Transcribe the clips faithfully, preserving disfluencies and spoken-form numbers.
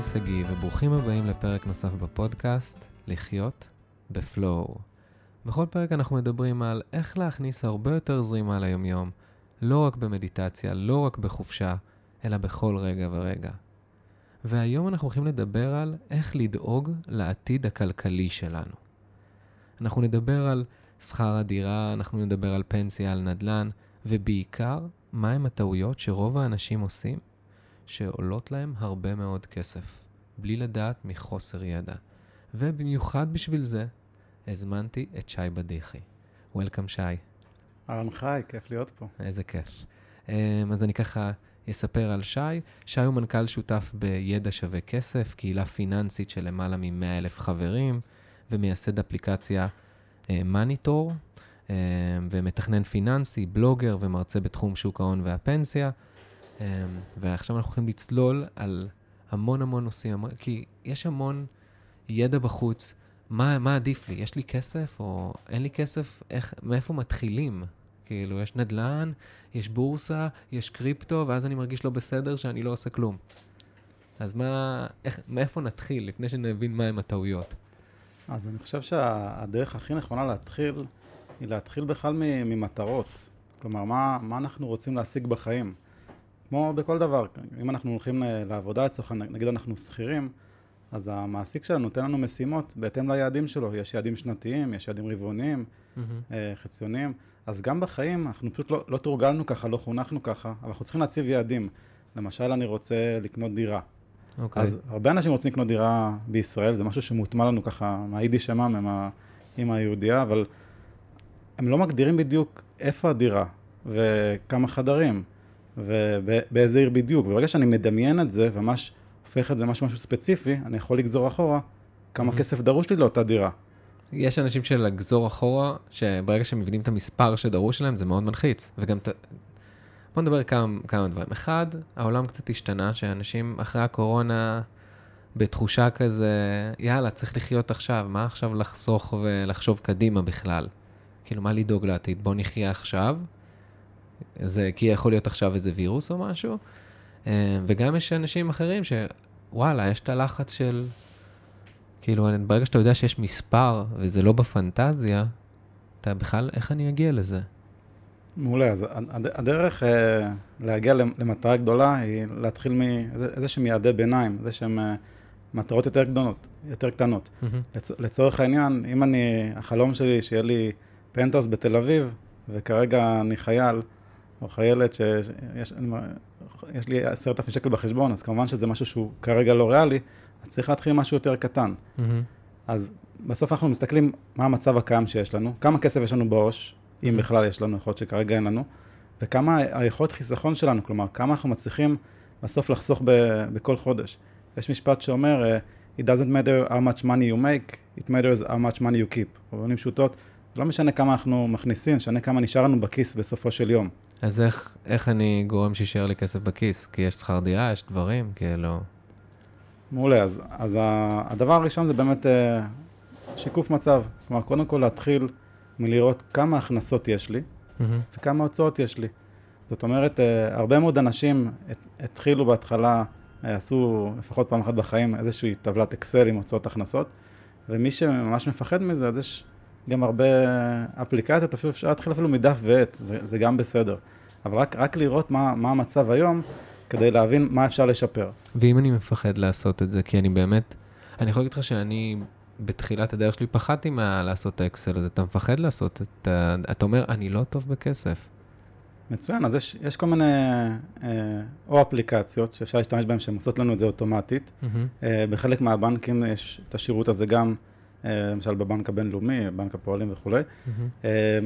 שגיא, וברוכים הבאים לפרק נוסף בפודקאסט, לחיות בפלואו. בכל פרק אנחנו מדברים על איך להכניס הרבה יותר זרימה ליומיום, לא רק במדיטציה, לא רק בחופשה, אלא בכל רגע ורגע. והיום אנחנו הולכים לדבר על איך לדאוג לעתיד הכלכלי שלנו. אנחנו נדבר על שכר הדירה, אנחנו נדבר על פנסיה, על נדל"ן, ובעיקר, מהם הטעויות שרוב האנשים עושים, שעולות להם הרבה מאוד כסף, בלי לדעת מחוסר ידע. ובמיוחד בשביל זה, הזמנתי את שי בדיחי. וולקאם שי. אהלן חי, כיף להיות פה. איזה כיף. אז אני ככה אספר על שי. שי הוא מנכ"ל שותף בידע שווה כסף, קהילה פיננסית של למעלה מ-מאה אלף חברים, ומייסד אפליקציה מניטור, ומתכנן פיננסי, בלוגר ומרצה בתחום שוק ההון והפנסיה. ועכשיו אנחנו הולכים לצלול על המון המון נושאים, כי יש המון ידע בחוץ. מה, מה עדיף לי? יש לי כסף או אין לי כסף? איך, מאיפה מתחילים? כאילו, יש נדל"ן, יש בורסה, יש קריפטו, ואז אני מרגיש לא בסדר שאני לא עושה כלום. אז מה, איך, מאיפה נתחיל לפני שנבין מהם הטעויות? אז אני חושב שהדרך הכי נכונה להתחיל, היא להתחיל בכלל ממטרות. כלומר, מה, מה אנחנו רוצים להשיג בחיים? כמו בכל דבר, אם אנחנו הולכים לעבודה אצלך, נגיד אנחנו שכירים, אז המעסיק שלנו נותן לנו משימות בהתאם ליעדים שלו. יש יעדים שנתיים, יש יעדים רבעוניים, mm-hmm. חציוניים. אז גם בחיים אנחנו פשוט לא, לא תורגלנו ככה, לא חונכנו ככה, אבל אנחנו צריכים להציב יעדים. למשל, אני רוצה לקנות דירה. Okay. אז הרבה אנשים רוצים לקנות דירה בישראל, זה משהו שמוטמע לנו ככה מהיידיש שמם, עם האמא היהודייה, אבל הם לא מגדירים בדיוק איפה הדירה וכמה חדרים. ובאיזה עיר בדיוק, וברגע שאני מדמיין את זה, וממש הופך את זה משהו, משהו ספציפי, אני יכול לגזור אחורה כמה mm-hmm. כסף דרוש לי לאותה דירה. יש אנשים של לגזור אחורה, שברגע שהם מבינים את המספר שדרוש להם, זה מאוד מלחיץ. וגם, ת... בוא נדבר כמה, כמה דברים. אחד, העולם קצת השתנה, שאנשים אחרי הקורונה, בתחושה כזה, יאללה, צריך לחיות עכשיו, מה עכשיו לחסוך ולחשוב קדימה בכלל? כאילו, מה לדאוג לעתיד? בוא נחיה עכשיו. זה כי יכול להיות עכשיו איזה וירוס או משהו, וגם יש אנשים אחרים שוואלה, יש את הלחץ של, כאילו, ברגע שאתה יודע שיש מספר, וזה לא בפנטזיה, אתה בכלל, איך אני אגיע לזה? מעולה, אז הדרך להגיע למטרה גדולה, היא להתחיל מאיזה שהם יעדי ביניים, איזה שהם מטרות יותר גדולות, יותר קטנות. לצורך העניין, אם אני, החלום שלי שיהיה לי פנטהאוס בתל אביב, וכרגע אני חייל, או חיילת שיש יש לי עשרת אלפים שקל בחשבון, אז כמובן שזה משהו שהוא כרגע לא ריאלי, אז צריך להתחיל משהו יותר קטן. Mm-hmm. אז בסוף אנחנו מסתכלים מה המצב הקיים שיש לנו, כמה כסף יש לנו בראש, mm-hmm. אם בכלל יש לנו, יכול להיות שכרגע אין לנו, וכמה היכולת חיסכון שלנו, כלומר, כמה אנחנו מצליחים בסוף לחסוך ב- בכל חודש. יש משפט שאומר, it doesn't matter how much money you make, it matters how much money you keep. ובמילים פשוטות, לא משנה כמה אנחנו מכניסים, משנה כמה נשאר לנו בכיס בסופו של יום. אז איך, איך אני גורם שישאר לי כסף בכיס? כי יש שכר דירה, יש דברים, כאילו... מעולה, אז, אז הדבר הראשון זה באמת אה, שיקוף מצב. כלומר, קודם כל להתחיל מלראות כמה הכנסות יש לי, mm-hmm. וכמה הוצאות יש לי. זאת אומרת, אה, הרבה מאוד אנשים הת, התחילו בהתחלה, אה, עשו לפחות פעם אחת בחיים איזושהי טבלת אקסל עם הוצאות הכנסות, ומי שממש מפחד מזה, אז יש... גם הרבה אפליקציות, אפילו אפשר להתחיל אפילו מדף ועט, זה, זה גם בסדר. אבל רק, רק לראות מה, מה המצב היום, כדי להבין מה אפשר לשפר. ואם אני מפחד לעשות את זה, כי אני באמת, אני יכול להגיד לך שאני בתחילת הדרך שלי פחדתי מה לעשות את האקסל, אז אתה מפחד לעשות את ה... אתה אומר, אני לא טוב בכסף. מצוין, אז יש, יש כל מיני אה, או אפליקציות שאפשר להשתמש בהן, שהן עושות לנו את זה אוטומטית. Mm-hmm. אה, בחלק מהבנקים יש את השירות הזה גם, למשל בבנק הבינלאומי, בנק הפועלים וכו'. Mm-hmm.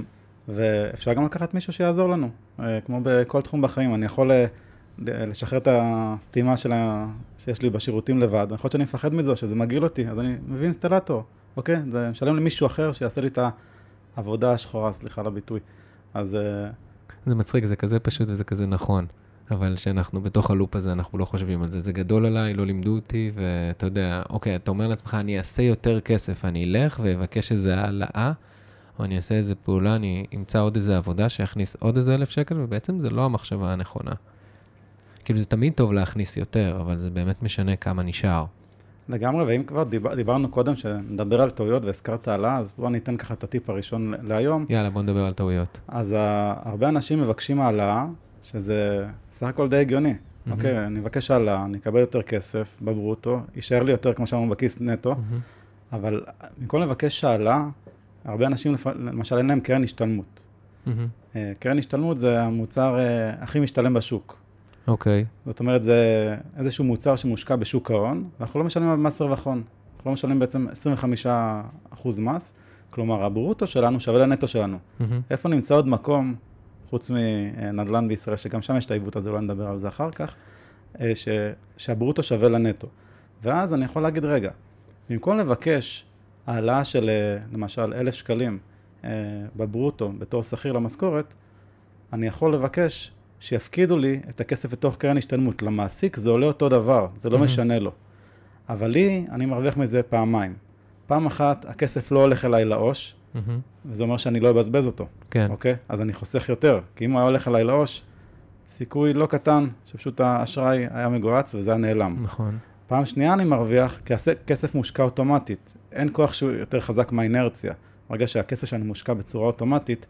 ואפשר גם לקחת מישהו שיעזור לנו, כמו בכל תחום בחיים. אני יכול לשחרר את הסתימה שלה, שיש לי בשירותים לבד. אני יכול שאני מפחד מזה, שזה מגעיל אותי, אז אני מביא אינסטלטור, אוקיי? זה משלם למישהו אחר שיעשה לי את העבודה השחורה, סליחה על הביטוי. אז... זה מצחיק, זה כזה פשוט וזה כזה נכון. אבל שאנחנו בתוך הלופ הזה, אנחנו לא חושבים על זה. זה גדול עליי, לא לימדו אותי, ואתה יודע, אוקיי, אתה אומר לעצמך, אני אעשה יותר כסף, אני אלך ואבקש איזה העלאה, או אני אעשה איזה פעולה, אני אמצא עוד איזה עבודה שיכניס עוד איזה אלף שקל, ובעצם זה לא המחשבה הנכונה. כאילו זה תמיד טוב להכניס יותר, אבל זה באמת משנה כמה נשאר. לגמרי, ואם כבר דיבר, דיברנו קודם שנדבר על טעויות והזכרת העלה, אז בואו ניתן ככה את הטיפ הראשון להיום. יאללה, בואו נדבר על טעויות. אז הרבה אנשים מבקשים העלאה, שזה סך הכל די הגיוני. Mm-hmm. אוקיי, אני מבקש העלאה, אני אקבל יותר כסף בברוטו, יישאר לי יותר כמו שאמרנו בכיס נטו, mm-hmm. אבל במקום לבקש העלאה, הרבה אנשים למשל אין להם קרן השתלמות. Mm-hmm. קרן השתלמות זה המוצר הכי משתלם בשוק. אוקיי. Okay. זאת אומרת, זה איזשהו מוצר שמושקע בשוק ההון, ואנחנו לא משלמים על מס רווח הון. אנחנו לא משלמים בעצם עשרים וחמישה אחוז מס, כלומר, הברוטו שלנו שווה לנטו שלנו. Mm-hmm. איפה נמצא עוד מקום, חוץ מנדל"ן בישראל, שגם שם יש את העיוות הזה, אולי נדבר על זה אחר כך, ש, שהברוטו שווה לנטו. ואז אני יכול להגיד, רגע, במקום לבקש העלאה של, למשל, אלף שקלים בברוטו, בתור שכיר למשכורת, אני יכול לבקש שיפקידו לי את הכסף בתוך קרן השתלמות. למעסיק זה עולה אותו דבר, זה לא mm-hmm. משנה לו. אבל לי, אני מרוויח מזה פעמיים. פעם אחת, הכסף לא הולך אליי לעוש, mm-hmm. וזה אומר שאני לא אבזבז אותו. כן. אוקיי? אז אני חוסך יותר. כי אם הוא היה הולך אליי לעוש, סיכוי לא קטן, שפשוט האשראי היה מגורץ וזה היה נעלם. נכון. פעם שנייה אני מרוויח, כי הכסף מושקע אוטומטית. אין כוח שהוא יותר חזק מהאינרציה. ברגע שהכסף שאני מושקע בצורה אוטומטית,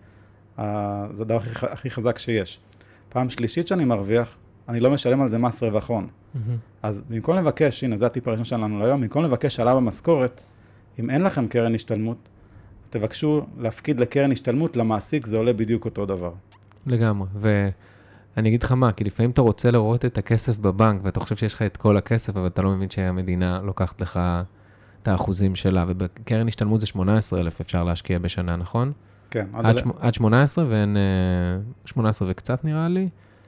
זה הדבר הכי, הכי חזק שיש. פעם שלישית שאני מרוויח, אני לא משלם על זה מס רווח הון. Mm-hmm. אז במקום לבקש, הנה, זה הטיפ הראשון שלנו להיום, במקום לבקש העלאה במשכורת, אם אין לכם קרן השתלמות, תבקשו להפקיד לקרן השתלמות, למעסיק זה עולה בדיוק אותו דבר. לגמרי, ואני אגיד לך מה, כי לפעמים אתה רוצה לראות את הכסף בבנק, ואתה חושב שיש לך את כל הכסף, אבל אתה לא מבין שהמדינה לוקחת לך את האחוזים שלה, ובקרן השתלמות זה שמונה עשרה אלף אפשר להשקיע בשנה, נכון? כן. עד, עד, עד שמונה עשרה, ואין שמונה עשרה וקצת נראה לי,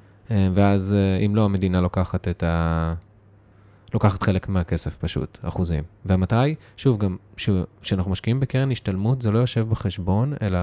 ואז אם לא, המדינה לוקחת את ה... לוקחת חלק מהכסף פשוט, אחוזים. והמטרה היא, שוב, גם כשאנחנו משקיעים בקרן השתלמות, זה לא יושב בחשבון, אלא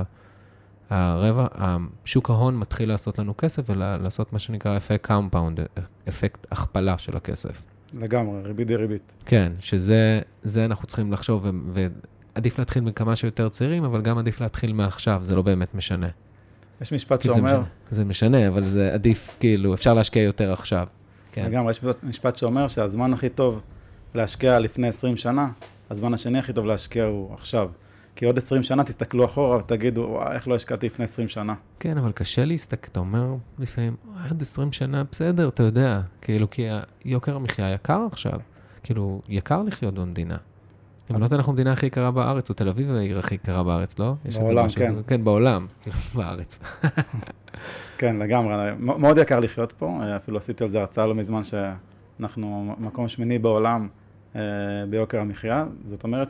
הרבע, שוק ההון מתחיל לעשות לנו כסף, ולעשות מה שנקרא אפקט קאומפאונד, אפקט הכפלה של הכסף. לגמרי, ריבית די ריבית. כן, שזה זה אנחנו צריכים לחשוב, ועדיף להתחיל מכמה שיותר צעירים, אבל גם עדיף להתחיל מעכשיו, זה לא באמת משנה. יש משפט שאומר... זה, זה משנה, אבל זה עדיף, כאילו, אפשר להשקיע יותר עכשיו. כן. לגמרי, יש משפט שאומר שהזמן הכי טוב להשקיע לפני עשרים שנה, הזמן השני הכי טוב להשקיע הוא עכשיו. כי עוד עשרים שנה תסתכלו אחורה ותגידו, וואי, איך לא השקעתי לפני עשרים שנה. כן, אבל קשה להסתכל, אתה אומר לפעמים, עד עשרים שנה, בסדר, אתה יודע, כאילו, כי יוקר המחיה יקר עכשיו, כאילו, יקר לחיות במדינה. אם לא אנחנו המדינה הכי יקרה בארץ, או תל אביב העיר הכי יקרה בארץ, לא? בעולם, כן. כן, בעולם, כאילו, בארץ. כן, לגמרי, מאוד יקר לחיות פה, אפילו עשיתי על זה הרצאה לא מזמן שאנחנו מקום שמיני בעולם ביוקר המחיה, זאת אומרת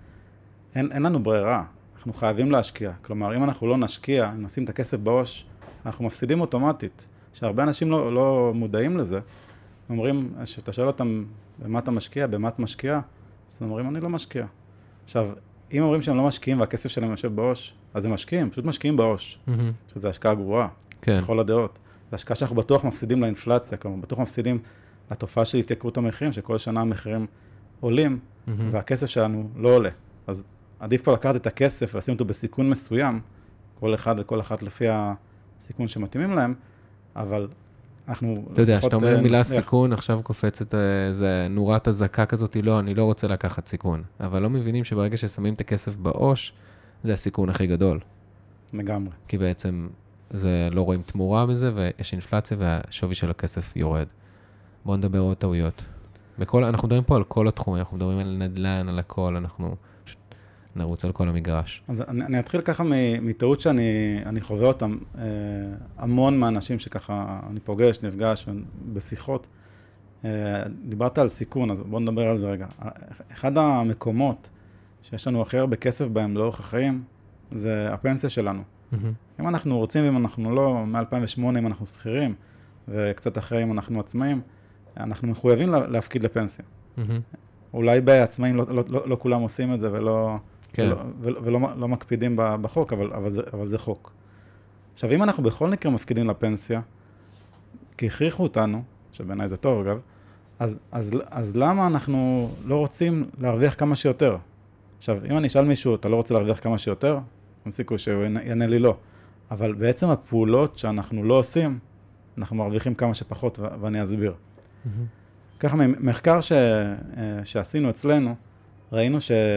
שאין אין לנו ברירה, אנחנו חייבים להשקיע, כלומר אם אנחנו לא נשקיע, אם נשים את הכסף בעו"ש, אנחנו מפסידים אוטומטית, שהרבה אנשים לא, לא מודעים לזה, אומרים, שאתה שואל אותם במה אתה משקיע, במה אתה משקיע, אז אומרים אני לא משקיע. עכשיו, אם אומרים שהם לא משקיעים והכסף שלהם יושב בעו"ש, אז הם משקיעים, פשוט משקיעים בעו"ש, mm-hmm. שזה השקעה גרועה. כן. בכל הדעות. זה השקעה שאנחנו בטוח מפסידים לאינפלציה, כלומר, בטוח מפסידים לתופעה של התייקרות המחירים, שכל שנה המחירים עולים, mm-hmm. והכסף שלנו לא עולה. אז עדיף פה לקחת את הכסף ולשים אותו בסיכון מסוים, כל אחד וכל אחת לפי הסיכון שמתאימים להם, אבל אנחנו... אתה יודע, שאתה אומר מילה סיכון, עכשיו קופצת איזה נורת הזקה כזאת, לא, אני לא רוצה לקחת סיכון. אבל לא מבינים שברגע ששמים את הכסף בעו"ש, זה הסיכון הכי גדול. לגמרי. כי בעצם... זה לא רואים תמורה בזה, ויש אינפלציה והשווי של הכסף יורד. בואו נדבר עוד טעויות. בכל, אנחנו מדברים פה על כל התחום, אנחנו מדברים על נדל"ן, על הכל, אנחנו נרוץ על כל המגרש. אז אני, אני אתחיל ככה מטעות שאני אני חווה אותם, אה, המון מהאנשים שככה אני פוגש, נפגש בשיחות. אה, דיברת על סיכון, אז בואו נדבר על זה רגע. אחד המקומות שיש לנו הכי הרבה כסף בהם לאורך החיים, זה הפנסיה שלנו. אם אנחנו רוצים, אם אנחנו לא, מ-אלפיים ושמונה אם אנחנו שכירים, וקצת אחרי אם אנחנו עצמאים, אנחנו מחויבים להפקיד לפנסיה. אולי בעצמאים לא, לא, לא, לא כולם עושים את זה, ולא, כן. ולא, ולא, ולא לא מקפידים בחוק, אבל, אבל, זה, אבל זה חוק. עכשיו, אם אנחנו בכל מקרה מפקידים לפנסיה, כי הכריחו אותנו, שבעיניי זה טוב אגב, אז, אז, אז למה אנחנו לא רוצים להרוויח כמה שיותר? עכשיו, אם אני אשאל מישהו, אתה לא רוצה להרוויח כמה שיותר? אין סיכוי שהוא יענה לי לא. אבל בעצם הפעולות שאנחנו לא עושים, אנחנו מרוויחים כמה שפחות, ו- ואני אסביר. Mm-hmm. ככה, ממחקר ש- שעשינו אצלנו, ראינו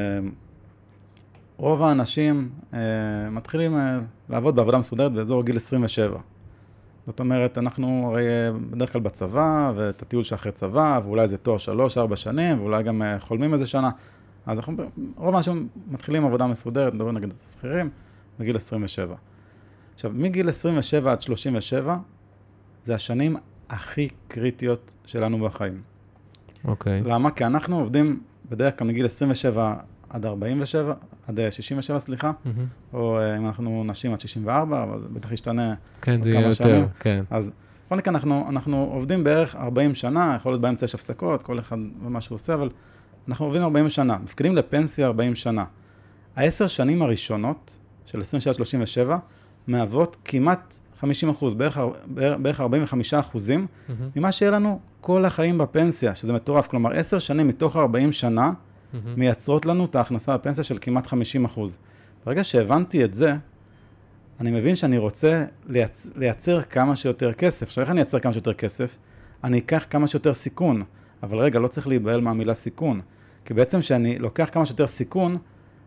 שרוב האנשים uh, מתחילים uh, לעבוד בעבודה מסודרת באזור גיל עשרים ושבע. זאת אומרת, אנחנו הרי בדרך כלל בצבא, ואת הטיול שאחרי צבא, ואולי זה תואר שלוש, ארבע שנים, ואולי גם uh, חולמים איזה שנה. אז אנחנו, רוב האנשים מתחילים עבודה מסודרת, מדברים נגד השכירים, בגיל עשרים ושבע. עכשיו, מגיל עשרים ושבע עד שלושים ושבע, זה השנים הכי קריטיות שלנו בחיים. אוקיי. Okay. למה? כי אנחנו עובדים בדרך כלל מגיל עשרים ושבע עד ארבעים ושבע, עד שישים ושבע, סליחה, mm-hmm. או אם אנחנו נשים עד שישים וארבע, אבל זה בטח ישתנה כן, זה יהיה יותר, שנים. כן. אז בכל מקרה, אנחנו, אנחנו עובדים בערך ארבעים שנה, יכול להיות באמצע יש הפסקות, כל אחד ומה שהוא עושה, אבל אנחנו עובדים ארבעים שנה, מפקידים לפנסיה ארבעים שנה. העשר שנים הראשונות של עשרים ושבע עד שלושים ושבע, מהוות כמעט חמישים אחוז, בערך, בערך ארבעים וחמישה אחוזים, mm-hmm. ממה שיהיה לנו כל החיים בפנסיה, שזה מטורף. כלומר, עשר שנים מתוך ארבעים שנה, mm-hmm. מייצרות לנו את ההכנסה בפנסיה של כמעט חמישים אחוז. ברגע שהבנתי את זה, אני מבין שאני רוצה לייצ... לייצר כמה שיותר כסף. עכשיו, איך אני אייצר כמה שיותר כסף? אני אקח כמה שיותר סיכון. אבל רגע, לא צריך להיבהל מהמילה סיכון. כי בעצם שאני לוקח כמה שיותר סיכון,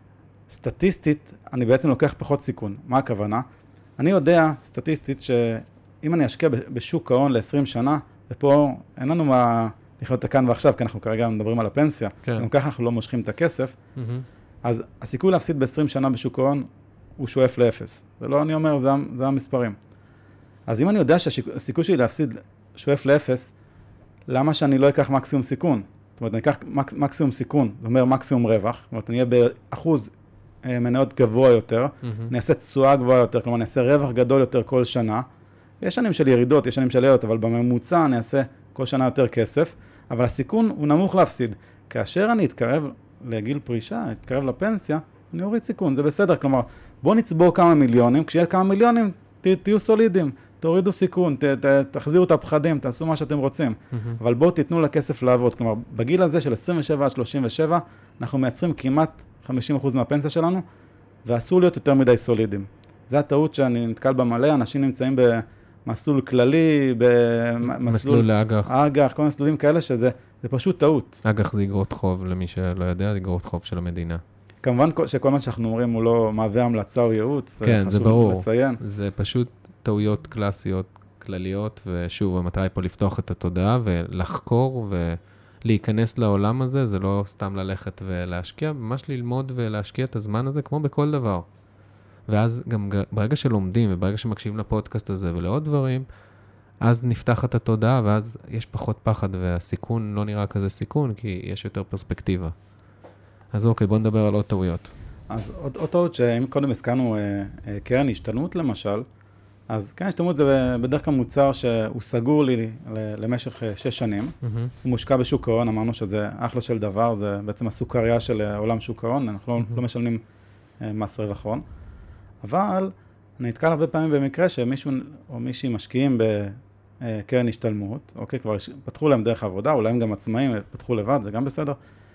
סטטיסטית, אני בעצם לוקח פחות סיכון. מה הכוונה? אני יודע, סטטיסטית, שאם אני אשקיע בשוק ההון ל-עשרים שנה, ופה אין לנו מה לחיות את כאן ועכשיו, כי אנחנו כרגע מדברים על הפנסיה, כן. גם ככה אנחנו לא מושכים את הכסף, mm-hmm. אז הסיכוי להפסיד ב-עשרים שנה בשוק ההון, הוא שואף לאפס. זה לא אני אומר, זה, זה המספרים. אז אם אני יודע שהסיכוי שלי להפסיד שואף לאפס, למה שאני לא אקח מקסימום סיכון? זאת אומרת, אני אקח מקס, מקסימום סיכון, זאת אומרת, מקסימום רווח, זאת אומרת, אני אהיה באחוז מניות גבוה יותר, mm-hmm. נעשה תשואה גבוהה יותר, כלומר נעשה רווח גדול יותר כל שנה. יש שנים של ירידות, יש שנים של ירידות, אבל בממוצע נעשה כל שנה יותר כסף, אבל הסיכון הוא נמוך להפסיד. כאשר אני אתקרב לגיל פרישה, אתקרב לפנסיה, אני אוריד סיכון, זה בסדר. כלומר, בוא נצבור כמה מיליונים, כשיהיה כמה מיליונים, ת, תהיו סולידים, תורידו סיכון, ת, ת, תחזירו את הפחדים, תעשו מה שאתם רוצים. Mm-hmm. אבל בואו תיתנו לכסף לעבוד. כלומר, בגיל הזה של עשרים ושבע עד שלושים ושבע, אנחנו מייצרים כמעט חמישים אחוז מהפנסיה שלנו, ואסור להיות יותר מדי סולידים. זה הטעות שאני נתקל במלא, אנשים נמצאים במסלול כללי, במסלול לאג"ח. אג"ח, כל מסלולים כאלה שזה זה פשוט טעות. אג"ח זה אגרות חוב, למי שלא יודע, זה אגרות חוב של המדינה. כמובן שכל מה שאנחנו אומרים הוא לא מהווה המלצה או ייעוץ, כן, זה ברור. לציין. זה פשוט טעויות קלאסיות, כלליות, ושוב, המטרה היא פה לפתוח את התודעה ולחקור ולהיכנס לעולם הזה, זה לא סתם ללכת ולהשקיע, ממש ללמוד ולהשקיע את הזמן הזה כמו בכל דבר. ואז גם ברגע שלומדים וברגע שמקשיבים לפודקאסט הזה ולעוד דברים, אז נפתחת התודעה ואז יש פחות פחד והסיכון לא נראה כזה סיכון, כי יש יותר פרספקטיבה. אז אוקיי, בוא נדבר על עוד טעויות. אז עוד, עוד טעות שאם קודם הזכרנו אה, אה, קרן השתלמות למשל, אז קרן השתלמות זה בדרך כלל מוצר שהוא סגור לי למשך שש שנים. Mm-hmm. הוא מושקע בשוק ההון, אמרנו שזה אחלה של דבר, זה בעצם הסוכריה של עולם שוק ההון, אנחנו mm-hmm. לא, לא משלמים אה, מס רווח הון. אבל אני נתקל הרבה פעמים במקרה שמישהו או מישהי משקיעים בקרן השתלמות, אוקיי, כבר פתחו להם דרך עבודה, אולי הם גם עצמאים, פתחו לבד, זה גם בסדר.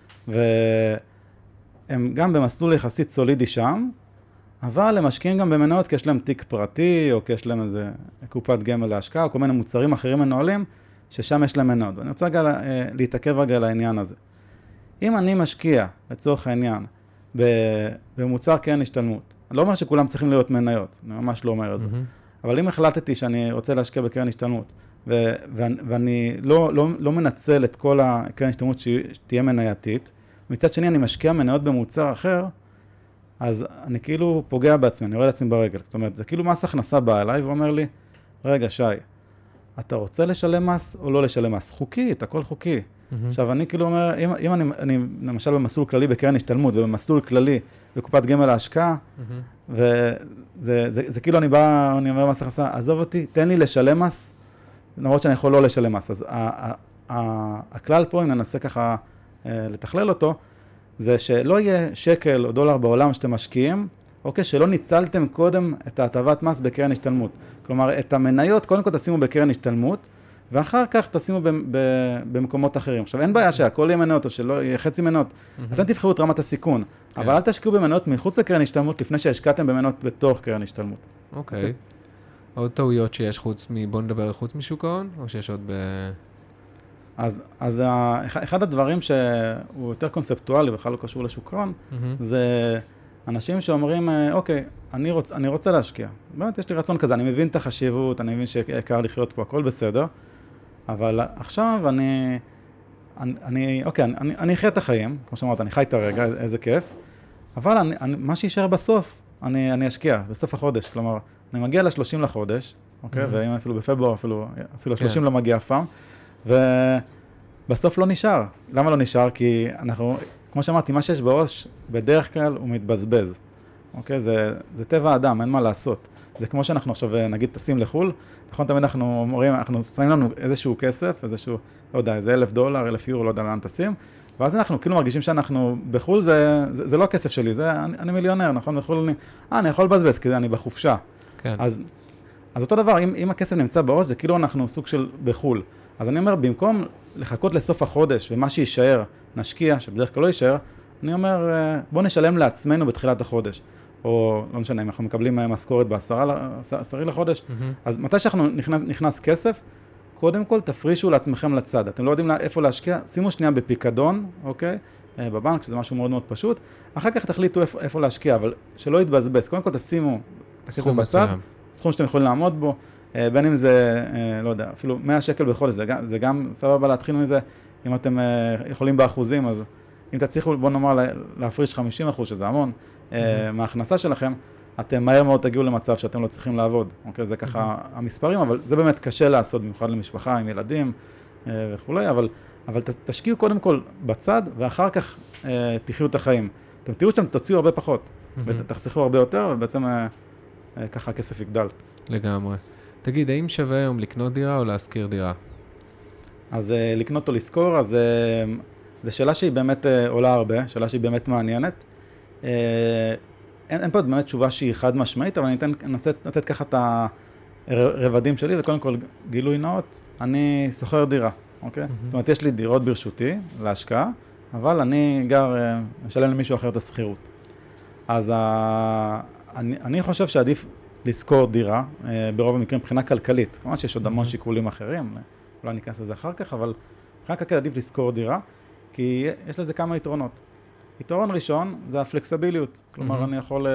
והם גם במסלול יחסית סולידי שם, אבל הם משקיעים גם במניות כי יש להם תיק פרטי, או כי יש להם איזה קופת גמל להשקעה, או כל מיני מוצרים אחרים מנוהלים, ששם יש להם מניות. ואני רוצה רגע להתעכב רגע על העניין הזה. אם אני משקיע, לצורך העניין, במוצר קרן השתלמות, אני לא אומר שכולם צריכים להיות מניות, אני ממש לא אומר את זה. Mm-hmm. אבל אם החלטתי שאני רוצה להשקיע בקרן השתלמות, ו- ו- ואני לא, לא, לא מנצל את כל הקרן השתלמות שתהיה מנייתית, מצד שני אני משקיע מניות במוצר אחר, אז אני כאילו פוגע בעצמי, אני רואה לעצמי ברגל. זאת אומרת, זה כאילו מס הכנסה בא אליי ואומר לי, רגע, שי, אתה רוצה לשלם מס או לא לשלם מס? חוקית, הכל חוקי. Mm-hmm. עכשיו, אני כאילו אומר, אם, אם אני, אני למשל במסלול כללי בקרן השתלמות ובמסלול כללי בקופת גמל ההשקעה, mm-hmm. וזה זה, זה, זה כאילו אני בא, אני אומר מס הכנסה, עזוב אותי, תן לי לשלם מס, למרות שאני יכול לא לשלם מס. אז ה, ה, ה, הכלל פה, אם ננסה ככה לתכלל אותו, זה שלא יהיה שקל או דולר בעולם שאתם משקיעים, אוקיי, שלא ניצלתם קודם את ההטבת מס בקרן השתלמות. כלומר, את המניות קודם כל תשימו בקרן השתלמות, ואחר כך תשימו ב- ב- במקומות אחרים. עכשיו, אין בעיה שהכל יהיה מניות או שלא יהיה חצי מניות. Mm-hmm. אתם תבחרו את רמת הסיכון, okay. אבל אל תשקיעו במניות מחוץ לקרן השתלמות לפני שהשקעתם במניות בתוך קרן השתלמות. אוקיי. Okay. עוד טעויות שיש חוץ מ... בוא נדבר חוץ משוק ההון, או שיש עוד ב... אז, אז אחד הדברים שהוא יותר קונספטואלי, בכלל לא קשור לשוק ההון, mm-hmm. זה אנשים שאומרים, אוקיי, אני, רוצ, אני רוצה להשקיע. באמת, יש לי רצון כזה, אני מבין את החשיבות, אני מבין שיקר לחיות פה, הכל בסדר, אבל עכשיו אני, אני, אני אוקיי, אני, אני אחיה את החיים, כמו שאמרת, אני חי את הרגע, איזה כיף, אבל אני, אני, מה שישאר בסוף, אני, אני אשקיע, בסוף החודש, כלומר, אני מגיע ל-שלושים לחודש, אוקיי, mm-hmm. ואם אפילו בפברואר, אפילו, אפילו שלושים כן. לא מגיע אף פעם, ובסוף לא נשאר. למה לא נשאר? כי אנחנו, כמו שאמרתי, מה שיש בראש, בדרך כלל הוא מתבזבז. אוקיי? זה, זה טבע האדם, אין מה לעשות. זה כמו שאנחנו עכשיו, נגיד, טסים לחול, נכון, תמיד אנחנו אומרים, אנחנו שמים לנו איזשהו כסף, איזשהו, לא יודע, איזה אלף דולר, אלף יורו, לא יודע לאן טסים, ואז אנחנו כאילו מרגישים שאנחנו בחול, זה, זה, זה לא הכסף שלי, זה, אני, אני מיליונר, נכון? בחול אני, אה, אני יכול לבזבז, כי אני בחופשה. כן. אז, אז אותו דבר, אם, אם הכסף נמצא בראש, זה כאילו אנחנו סוג של בחול. אז אני אומר, במקום לחכות לסוף החודש, ומה שישאר, נשקיע, שבדרך כלל לא יישאר, אני אומר, בוא נשלם לעצמנו בתחילת החודש. או, לא משנה, אם אנחנו מקבלים משכורת בעשרה לחודש, mm-hmm. אז מתי שאנחנו נכנס, נכנס כסף, קודם כל תפרישו לעצמכם לצד. אתם לא יודעים איפה להשקיע, שימו שנייה בפיקדון, אוקיי? בבנק, שזה משהו מאוד מאוד פשוט. אחר כך תחליטו איפה, איפה להשקיע, אבל שלא יתבזבז. קודם כל תשימו את הכסף בצד, סכום שאתם יכולים לעמוד בו, בין אם זה, לא יודע, אפילו מאה שקל בחודש, זה גם, זה גם סבבה להתחיל מזה, אם אתם יכולים באחוזים, אז אם תצליחו, בוא נאמר, להפריש חמישים אחוז, שזה המון, mm-hmm. מההכנסה שלכם, אתם מהר מאוד תגיעו למצב שאתם לא צריכים לעבוד, אוקיי? זה ככה mm-hmm. המספרים, אבל זה באמת קשה לעשות, במיוחד למשפחה, עם ילדים וכו', אבל, אבל תשקיעו קודם כל בצד, ואחר כך תחיו את החיים. אתם תראו שאתם תוציאו הרבה פחות, mm-hmm. ותחסכו הרבה יותר, ובעצם ככה הכסף יגדל. לגמרי. תגיד, האם שווה היום לקנות דירה או להשכיר דירה? אז לקנות או לשכור, אז זו שאלה שהיא באמת עולה הרבה, שאלה שהיא באמת מעניינת. אין, אין פה באמת תשובה שהיא חד משמעית, אבל אני אתן, אנסה לתת ככה את הרבדים שלי, וקודם כל גילוי נאות, אני שוכר דירה, אוקיי? Mm-hmm. זאת אומרת, יש לי דירות ברשותי להשקעה, אבל אני גר, משלם למישהו אחר את השכירות. אז ה... אני, אני חושב שעדיף לשכור דירה, ברוב המקרים מבחינה כלכלית. כלומר שיש עוד המון שיקולים אחרים, אולי ניכנס לזה אחר כך, אבל מבחינה כלכלית עדיף לשכור דירה, כי יש לזה כמה יתרונות. יתרון ראשון זה הפלקסביליות. כלומר, אני יכול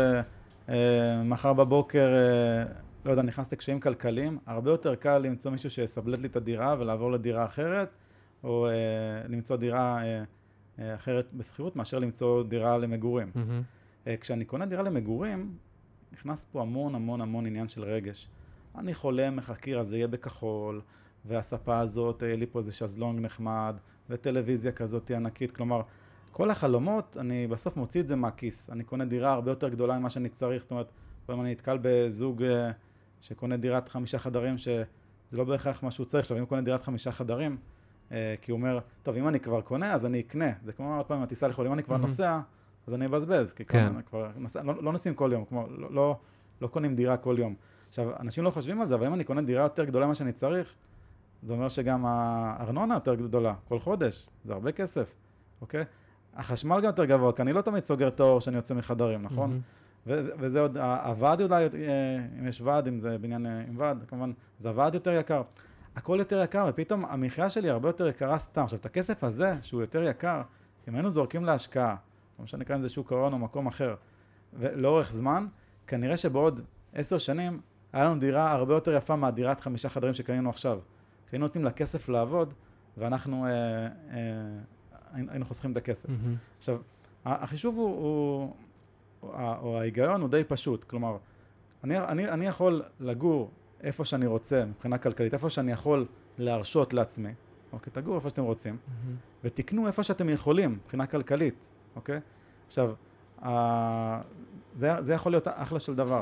מחר בבוקר, לא יודע, נכנס לקשיים כלכליים, הרבה יותר קל למצוא מישהו שיסבלט לי את הדירה ולעבור לדירה אחרת, או למצוא דירה אחרת בשכירות, מאשר למצוא דירה למגורים. כשאני קונה דירה למגורים, נכנס פה המון המון המון עניין של רגש. אני חולם, מחכיר, אז זה יהיה בכחול, והספה הזאת, יהיה לי פה איזה שזלונג נחמד, וטלוויזיה כזאת ענקית. כלומר, כל החלומות, אני בסוף מוציא את זה מהכיס. אני קונה דירה הרבה יותר גדולה ממה שאני צריך. זאת אומרת, פעם אני נתקל בזוג שקונה דירת חמישה חדרים, שזה לא בהכרח מה שהוא צריך. עכשיו, אם הוא קונה דירת חמישה חדרים, כי הוא אומר, טוב, אם אני כבר קונה, אז אני אקנה. זה כמו עוד פעם, הטיסה לחול, אם אני כבר נוסע, אז אני אבזבז, כי כן. כבר נסע, לא, לא נוסעים כל יום, כמו, לא, לא, לא קונים דירה כל יום. עכשיו, אנשים לא חושבים על זה, אבל אם אני קונה דירה יותר גדולה ממה שאני צריך, זה אומר שגם הארנונה יותר גדולה, כל חודש, זה הרבה כסף, אוקיי? החשמל גם יותר גבוה, כי אני לא תמיד סוגר את האור שאני יוצא מחדרים, נכון? Mm-hmm. ו- וזה עוד, הוועד אולי, אם יש ועד, אם זה בניין עם ועד, כמובן, זה הוועד יותר יקר. הכל יותר יקר, ופתאום המחיה שלי הרבה יותר יקרה סתם. עכשיו, את הכסף הזה, שהוא יותר יקר, אם היינו זורקים להשקעה, לא משנה כאן זה שוק ההון או מקום אחר, ולאורך זמן, כנראה שבעוד עשר שנים, היה לנו דירה הרבה יותר יפה מהדירת חמישה חדרים שקנינו עכשיו. כי היינו נותנים לכסף לעבוד, ואנחנו אה, אה, היינו חוסכים את הכסף. Mm-hmm. עכשיו, החישוב הוא, הוא, או ההיגיון הוא די פשוט. כלומר, אני, אני, אני יכול לגור איפה שאני רוצה, מבחינה כלכלית, איפה שאני יכול להרשות לעצמי, אוקיי, תגור איפה שאתם רוצים, mm-hmm. ותקנו איפה שאתם יכולים, מבחינה כלכלית, אוקיי? עכשיו, ה... זה, זה יכול להיות אחלה של דבר.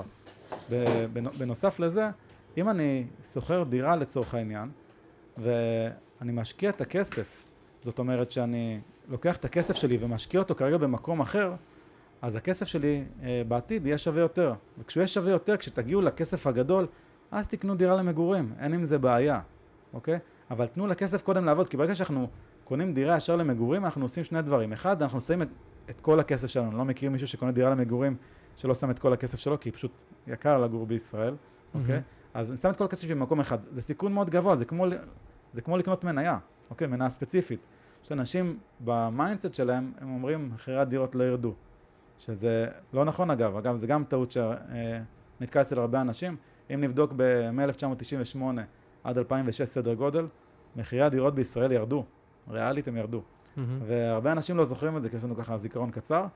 בנוסף לזה, אם אני שוכר דירה לצורך העניין, ואני משקיע את הכסף, זאת אומרת שאני לוקח את הכסף שלי ומשקיע אותו כרגע במקום אחר, אז הכסף שלי אה, בעתיד יהיה שווה יותר. וכשהוא יהיה שווה יותר, כשתגיעו לכסף הגדול, אז תקנו דירה למגורים, אין עם זה בעיה, אוקיי? אבל תנו לכסף קודם לעבוד, כי ברגע שאנחנו קונים דירה ישר למגורים, אנחנו עושים שני דברים. אחד, אנחנו שמים את, את כל הכסף שלנו. אני לא מכיר מישהו שקונה דירה למגורים שלא שם את כל הכסף שלו, כי פשוט יקר לגור בישראל, אוקיי? אז אני שם את כל הכסף במקום אחד. זה סיכון מאוד גבוה, זה כמו, זה כמו לקנות מניה, אוקיי? מניה ספציפית. שאנשים במיינדסט שלהם, הם אומרים, מחירי הדירות לא ירדו. שזה לא נכון אגב, אגב זה גם טעות שנתקע אצל הרבה אנשים. אם נבדוק ב-אלף תשע מאות תשעים ושמונה עד אלפיים ושש סדר גודל, מחירי הדירות בישראל ירדו, ריאלית הם ירדו. Mm-hmm. והרבה אנשים לא זוכרים את זה, כי יש לנו ככה זיכרון קצר,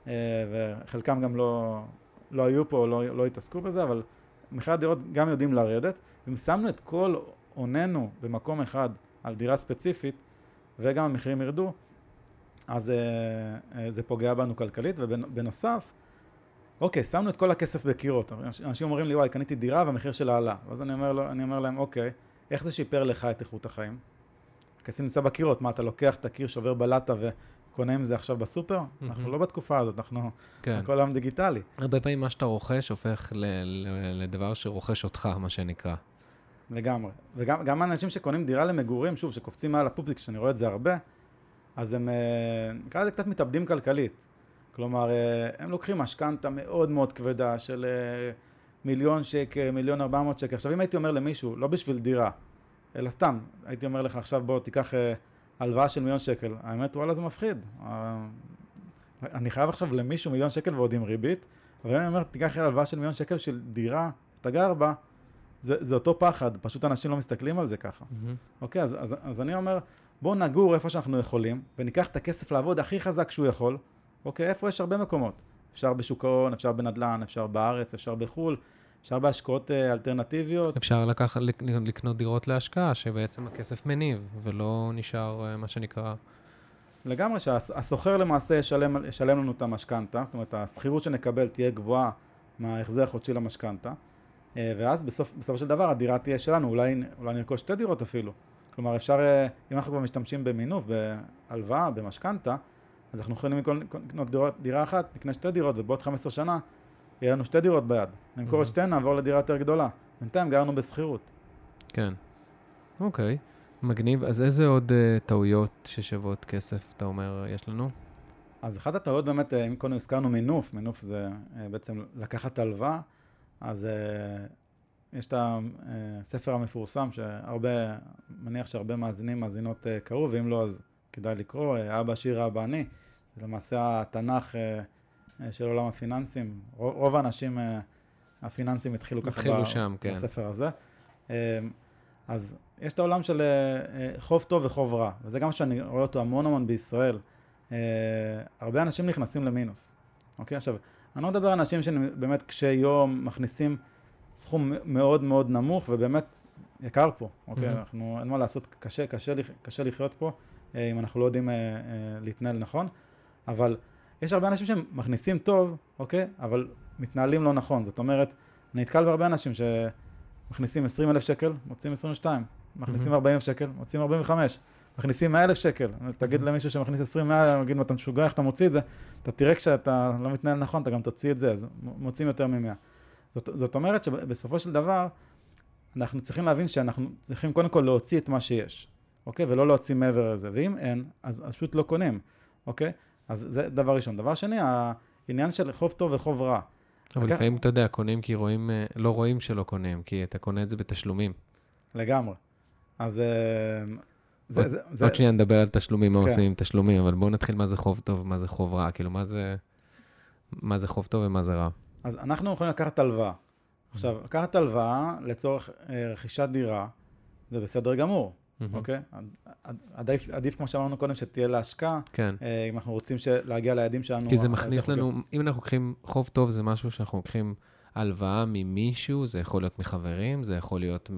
וחלקם גם לא, לא היו פה, לא, לא התעסקו בזה, אבל מחירי הדירות גם יודעים לרדת, ואם שמנו את כל עוננו במקום אחד על דירה ספציפית, וגם המחירים ירדו, אז זה פוגע בנו כלכלית, ובנוסף, אוקיי, שמנו את כל הכסף בקירות. אנשים אומרים לי, וואי, קניתי דירה והמחיר שלה עלה. אז אני אומר, לו, אני אומר להם, אוקיי, איך זה שיפר לך את איכות החיים? הכסף נמצא בקירות. מה, אתה לוקח את הקיר, שובר בלטה וקונה עם זה עכשיו בסופר? Mm-hmm. אנחנו לא בתקופה הזאת, אנחנו כן. הכל היום דיגיטלי. הרבה פעמים מה שאתה רוכש הופך ל- ל- לדבר שרוכש אותך, מה שנקרא. לגמרי. וגם גם אנשים שקונים דירה למגורים, שוב, שקופצים מעל הפובליק, שאני רואה את זה הרבה, אז הם, נקרא לזה קצת מתאבדים כלכלית. כלומר, הם לוקחים משכנתה מאוד מאוד כבדה של מיליון שקל, מיליון ארבע מאות שקל. עכשיו, אם הייתי אומר למישהו, לא בשביל דירה, אלא סתם, הייתי אומר לך עכשיו, בוא, תיקח הלוואה של מיליון שקל. האמת, וואלה, זה מפחיד. אני חייב עכשיו למישהו מיליון שקל ועוד עם ריבית, אבל אני אומר, תיקח הלוואה של מיליון שקל של דירה, אתה גר בה, זה, זה אותו פחד, פשוט אנשים לא מסתכלים על זה ככה. Mm-hmm. אוקיי, אז, אז, אז אני אומר, בוא נגור איפה שאנחנו יכולים, וניקח את הכסף לעבוד הכי חזק שהוא יכול. אוקיי, איפה יש הרבה מקומות? אפשר בשוק ההון, אפשר בנדל"ן, אפשר בארץ, אפשר בחול, אפשר בהשקעות אה, אלטרנטיביות. אפשר לקחת, לקנות דירות להשקעה, שבעצם הכסף מניב, ולא נשאר אה, מה שנקרא. לגמרי, שהסוחר למעשה ישלם, ישלם לנו את המשכנתה, זאת אומרת, הסחירות שנקבל תהיה גבוהה מההחזר החודשי למשכנתה, אה, ואז בסוף, בסוף של דבר הדירה תהיה שלנו, אולי, אולי נרכוש שתי דירות אפילו. כלומר, אפשר, אה, אם אנחנו כבר משתמשים במינוף, בהלוואה, במשכנתה, אז אנחנו יכולים לקנות דירה, דירה אחת, נקנה שתי דירות, ובעוד חמש עשרה שנה יהיה לנו שתי דירות ביד. נמכור את שתיהן, נעבור לדירה יותר גדולה. בינתיים גרנו בסחירות. כן. אוקיי. מגניב. אז איזה עוד uh, טעויות ששוות כסף, אתה אומר, יש לנו? אז אחת הטעויות באמת, אם קודם הזכרנו מינוף, מינוף זה uh, בעצם לקחת הלוואה, אז uh, יש את הספר המפורסם, שהרבה, מניח שהרבה מאזינים, מאזינות uh, קראו, ואם לא, אז כדאי לקרוא, אבא עשיר, אבא עני. זה למעשה התנ"ך של עולם הפיננסים. רוב האנשים הפיננסים התחילו ככה התחילו שם, כן. בספר הזה. אז יש את העולם של חוב טוב וחוב רע, וזה גם שאני רואה אותו המון המון בישראל. הרבה אנשים נכנסים למינוס. אוקיי? עכשיו, אני לא מדבר על אנשים שבאמת קשי יום מכניסים סכום מאוד מאוד נמוך, ובאמת יקר פה. אוקיי? אנחנו, אין מה לעשות, קשה, קשה, קשה לחיות פה. אם אנחנו לא יודעים אה, אה, להתנהל נכון, אבל יש הרבה אנשים שמכניסים טוב, אוקיי? אבל מתנהלים לא נכון. זאת אומרת, אני נתקל בהרבה אנשים שמכניסים עשרים אלף שקל, מוצאים עשרים ושתיים, מכניסים ארבעים אלף שקל, מוצאים ארבעים וחמש, מכניסים מאה אלף שקל. תגיד למישהו שמכניס עשרים, מאה, תגיד לו, אתה משוגע, איך אתה מוציא את זה? אתה תראה כשאתה לא מתנהל נכון, אתה גם תוציא את זה, אז מוצאים יותר ממאה. זאת, זאת אומרת שבסופו של דבר, אנחנו צריכים להבין שאנחנו צריכים קודם כל להוציא את מה שיש. אוקיי? ולא להוציא מעבר לזה. ואם אין, אז, אז פשוט לא קונים. אוקיי? אז זה דבר ראשון. דבר שני, העניין של חוב טוב וחוב רע. אבל לכן... לפעמים אתה יודע, קונים כי רואים, לא רואים שלא קונים, כי אתה קונה את זה בתשלומים. לגמרי. אז זה... עוד, זה, עוד זה... שנייה נדבר על תשלומים, מה כן. עושים עם תשלומים, אבל בואו נתחיל מה זה חוב טוב ומה זה חוב רע. כאילו, מה זה, מה זה חוב טוב ומה זה רע? אז אנחנו יכולים לקחת הלוואה. עכשיו, לקחת הלוואה לצורך רכישת דירה, זה בסדר גמור. אוקיי? עדיף, עדיף כמו שאמרנו קודם, שתהיה להשקעה, כן. אם אנחנו רוצים להגיע ליעדים שלנו. כי זה מכניס לנו, אם אנחנו לוקחים חוב טוב, זה משהו שאנחנו לוקחים הלוואה ממישהו, זה יכול להיות מחברים, זה יכול להיות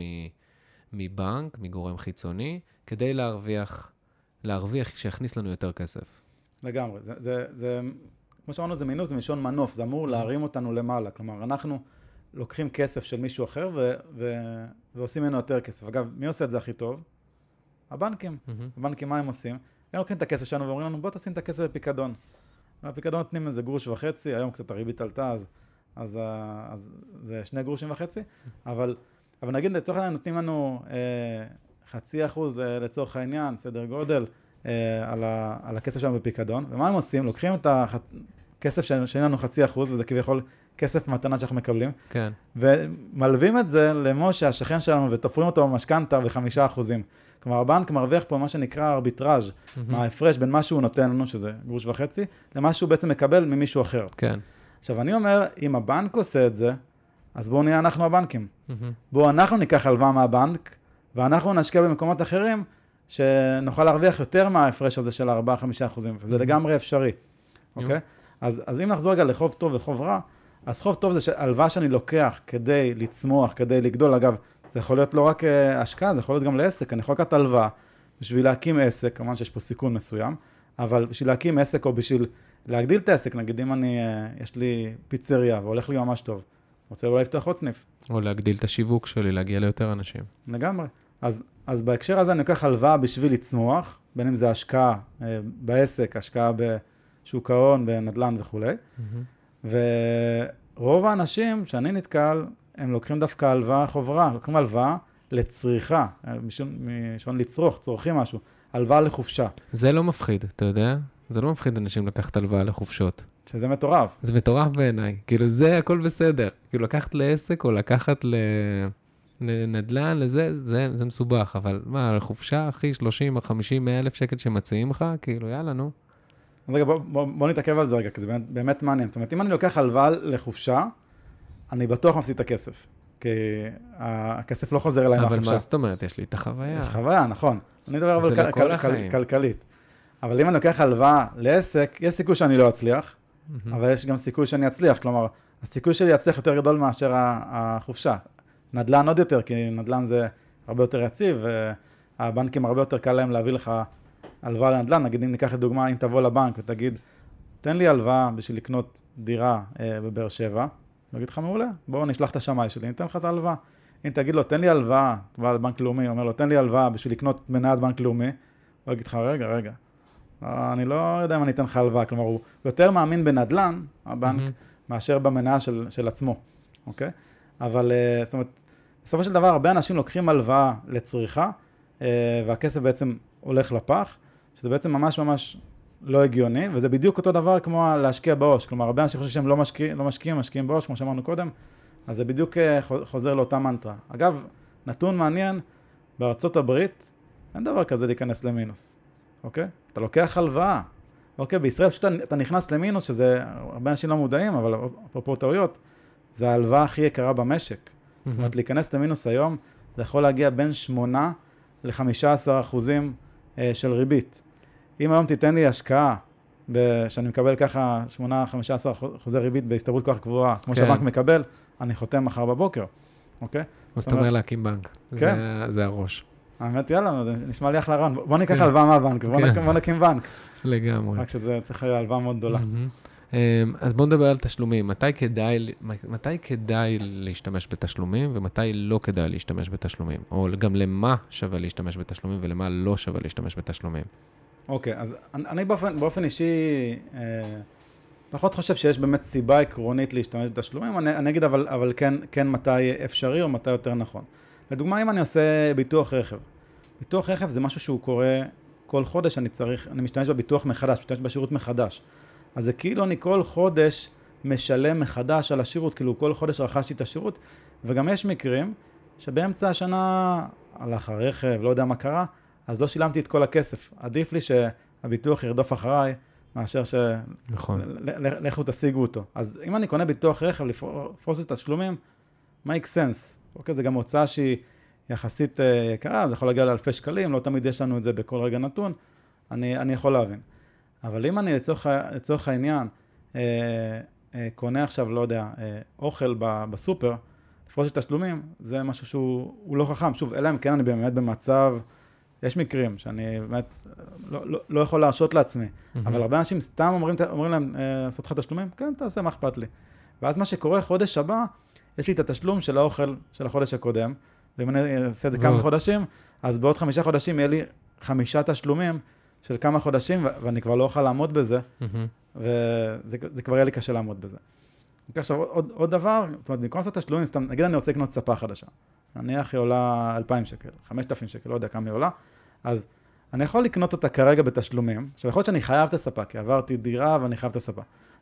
מבנק, מגורם חיצוני, כדי להרוויח, להרוויח שיכניס לנו יותר כסף. לגמרי. זה, זה, זה, כמו שאמרנו, זה מינוף, זה משון מנוף, זה אמור להרים אותנו למעלה. כלומר, אנחנו לוקחים כסף של מישהו אחר ו, ו, ועושים ממנו יותר כסף. אגב, מי עושה את זה הכי טוב? הבנקים. Mm-hmm. הבנקים, מה הם עושים? הם לוקחים את הכסף שלנו ואומרים לנו, בוא תשים את הכסף בפיקדון. הפיקדון נותנים איזה גרוש וחצי, היום קצת הריבית עלתה, אז, אז, אז זה שני גרושים וחצי, אבל, אבל נגיד, לצורך העניין נותנים לנו אה, חצי אחוז לצורך העניין, סדר גודל, אה, על, ה, על הכסף שלנו בפיקדון, ומה הם עושים? לוקחים את, ה, כסף שאין לנו חצי אחוז, וזה כביכול כסף מתנה שאנחנו מקבלים. כן. ומלווים את זה למשה, השכן שלנו, ותופרים אותו במשכנתה בחמישה אחוזים. כלומר, הבנק מרוויח פה מה שנקרא ארביטראז', מההפרש בין מה שהוא נותן לנו, שזה גרוש וחצי, למה שהוא בעצם מקבל ממישהו אחר. כן. עכשיו, אני אומר, אם הבנק עושה את זה, אז בואו נהיה אנחנו הבנקים. בואו אנחנו ניקח הלוואה מהבנק, ואנחנו נשקיע במקומות אחרים, שנוכל להרוויח יותר מההפרש הזה של ארבעה עד חמישה אחוזים, וזה לגמרי אפשרי. אוקיי? אז, אז אם נחזור רגע לחוב טוב וחוב רע, אז חוב טוב זה הלוואה שאני לוקח כדי לצמוח, כדי לגדול. אגב, זה יכול להיות לא רק השקעה, זה יכול להיות גם לעסק. אני יכול לקחת הלוואה בשביל להקים עסק, כמובן שיש פה סיכון מסוים, אבל בשביל להקים עסק או בשביל להגדיל את העסק, נגיד אם אני, יש לי פיצריה והולך לי ממש טוב, רוצה אולי לפתוח עוד סניף. או להגדיל את השיווק שלי, להגיע ליותר אנשים. לגמרי. אז, אז בהקשר הזה אני לוקח הלוואה בשביל לצמוח, בין אם זה השקעה בעסק, השקעה בשוק ההון, בנדל"ן וכו'. Mm-hmm. ורוב האנשים שאני נתקל, הם לוקחים דווקא הלוואה חוברה, לוקחים הלוואה לצריכה, משון לצרוך, צורכים משהו, הלוואה לחופשה. זה לא מפחיד, אתה יודע? זה לא מפחיד אנשים לקחת הלוואה לחופשות. שזה מטורף. זה מטורף בעיניי. כאילו זה הכל בסדר. כאילו לקחת לעסק או לקחת לנדל"ן, לזה, זה, זה מסובך. אבל מה, לחופשה, אחי, שלושים או חמישים אלף שקל שמציעים לך, כאילו, יאללה, נו. אז רגע, בוא, בוא, בוא נתעכב על זה רגע, כי זה באמת, באמת מעניין. זאת אומרת, אם אני לוקח הלוואה לחופשה, אני בטוח מפסיד את הכסף. כי הכסף לא חוזר אליי מהחופשה. אבל מה זאת אומרת? יש לי את החוויה. יש חוויה, נכון. אני מדבר אבל כל, כל, כל, כלכלית. אבל אם אני לוקח הלוואה לעסק, יש סיכוי שאני לא אצליח, mm-hmm. אבל יש גם סיכוי שאני אצליח. כלומר, הסיכוי שלי יצליח יותר גדול מאשר החופשה. נדל"ן עוד יותר, כי נדל"ן זה הרבה יותר יציב, והבנקים הרבה יותר קל להם להביא לך הלוואה לנדל"ן. נגיד, אם ניקח את דוגמה, אם תבוא לבנק ותגיד, תן לי הלוואה בשביל לקנות דירה אה, בבאר שבע, ואגיד לך מעולה, בואו נשלח את השמאי שלי, ניתן לך את ההלוואה. אם תגיד לו, תן לי הלוואה, תבוא לבנק לאומי, אומר לו, תן לי הלוואה בשביל לקנות מניית בנק לאומי, הוא יגיד לך, רגע, רגע, אני לא יודע אם אני אתן לך הלוואה, כלומר, הוא יותר מאמין בנדל"ן, הבנק, mm-hmm. מאשר במניה של, של עצמו, אוקיי? אבל, זאת אומרת, בסופו של דבר, הרבה אנשים לוקחים הלוואה לצריכה, והכסף בעצם הולך לפח, שזה בעצם ממש ממש לא הגיוני, וזה בדיוק אותו דבר כמו להשקיע בעו"ש, כלומר, הרבה אנשים חושבים שהם לא משקיעים, לא משקיעים, משקיעים בעו"ש, כמו שאמרנו קודם, אז זה בדיוק חוזר לאותה מנטרה. אגב, נתון מעניין, בארצות הברית, אין דבר כזה להיכנס למינוס, אוקיי? אתה לוקח הלוואה, אוקיי? בישראל פשוט אתה נכנס למינוס, שזה, הרבה אנשים לא מודעים, אבל אפרופו טעויות, זה ההלוואה הכי יקרה במשק. זאת אומרת, להיכנס למינוס היום, זה יכול להגיע בין שמונה ל-חמישה עשר אחוזים של ריבית. אם היום תיתן לי השקעה, שאני מקבל ככה שמונה עד חמישה עשר אחוזי ריבית בהסתברות כוח גבוהה, כמו שהבנק מקבל, אני חותם מחר בבוקר, אוקיי? אז אתה אומר להקים בנק, זה הראש. האמת, יאללה, נשמע לי אחלה רעיון. בוא ניקח הלוואה מהבנק, בוא נקים בנק. לגמרי. רק שזה צריך הלוואה מאוד גדולה. אז בוא נדבר על תשלומים. מתי כדאי, מתי כדאי להשתמש בתשלומים, ומתי לא כדאי להשתמש בתשלומים? או גם למה שווה להשתמש בתשלומים, ולמה לא שווה להשתמש בתשלומים? אוקיי, אז אני באופן, באופן אישי, פחות חושב שיש באמת סיבה עקרונית להשתמש בתשלומים. אני, אני אגיד אבל, אבל כן, כן מתי אפשרי או מתי יותר נכון. לדוגמה, אם אני עושה ביטוח רכב. ביטוח רכב זה משהו שהוא קורה כל חודש, אני צריך, אני משתמש בביטוח מחדש, משתמש בשירות מחדש. אז זה כאילו אני כל חודש משלם מחדש על השירות, כאילו כל חודש רכשתי את השירות, וגם יש מקרים שבאמצע השנה הלך הרכב, לא יודע מה קרה, אז לא שילמתי את כל הכסף. עדיף לי שהביטוח ירדוף אחריי, מאשר ש... נכון. לכו תשיגו אותו. אז אם אני קונה ביטוח רכב, לפרוס את התשלומים, make sense. אוקיי, זה גם הוצאה שהיא יחסית יקרה, זה יכול להגיע לאלפי שקלים, לא תמיד יש לנו את זה בכל רגע נתון, אני, אני יכול להבין. אבל אם אני לצורך, לצורך העניין, אה, אה, קונה עכשיו, לא יודע, אה, אוכל ב, בסופר, לפרוס את התשלומים, זה משהו שהוא לא חכם. שוב, אלא אם כן אני באמת במצב, יש מקרים שאני באמת לא, לא, לא יכול להרשות לעצמי, mm-hmm. אבל הרבה אנשים סתם אומרים, אומרים להם, אה, לעשות לך תשלומים? כן, תעשה, מה אכפת לי. ואז מה שקורה חודש הבא, יש לי את התשלום של האוכל של החודש הקודם, ואם אני אעשה את זה כמה חודשים, אז בעוד חמישה חודשים יהיה לי חמישה תשלומים של כמה חודשים, ואני כבר לא אוכל לעמוד בזה, וזה כבר יהיה לי קשה לעמוד בזה. עכשיו, עוד, עוד דבר, זאת אומרת, במקום לעשות תשלומים, סתם, נגיד אני רוצה לקנות ספה חדשה. נניח היא עולה אלפיים שקל, חמשת אלפים שקל, לא יודע כמה היא עולה, אז אני יכול לקנות אותה כרגע בתשלומים. עכשיו, יכול להיות שאני חייב את הספה, כי עברתי דירה ואני חייב את הספה.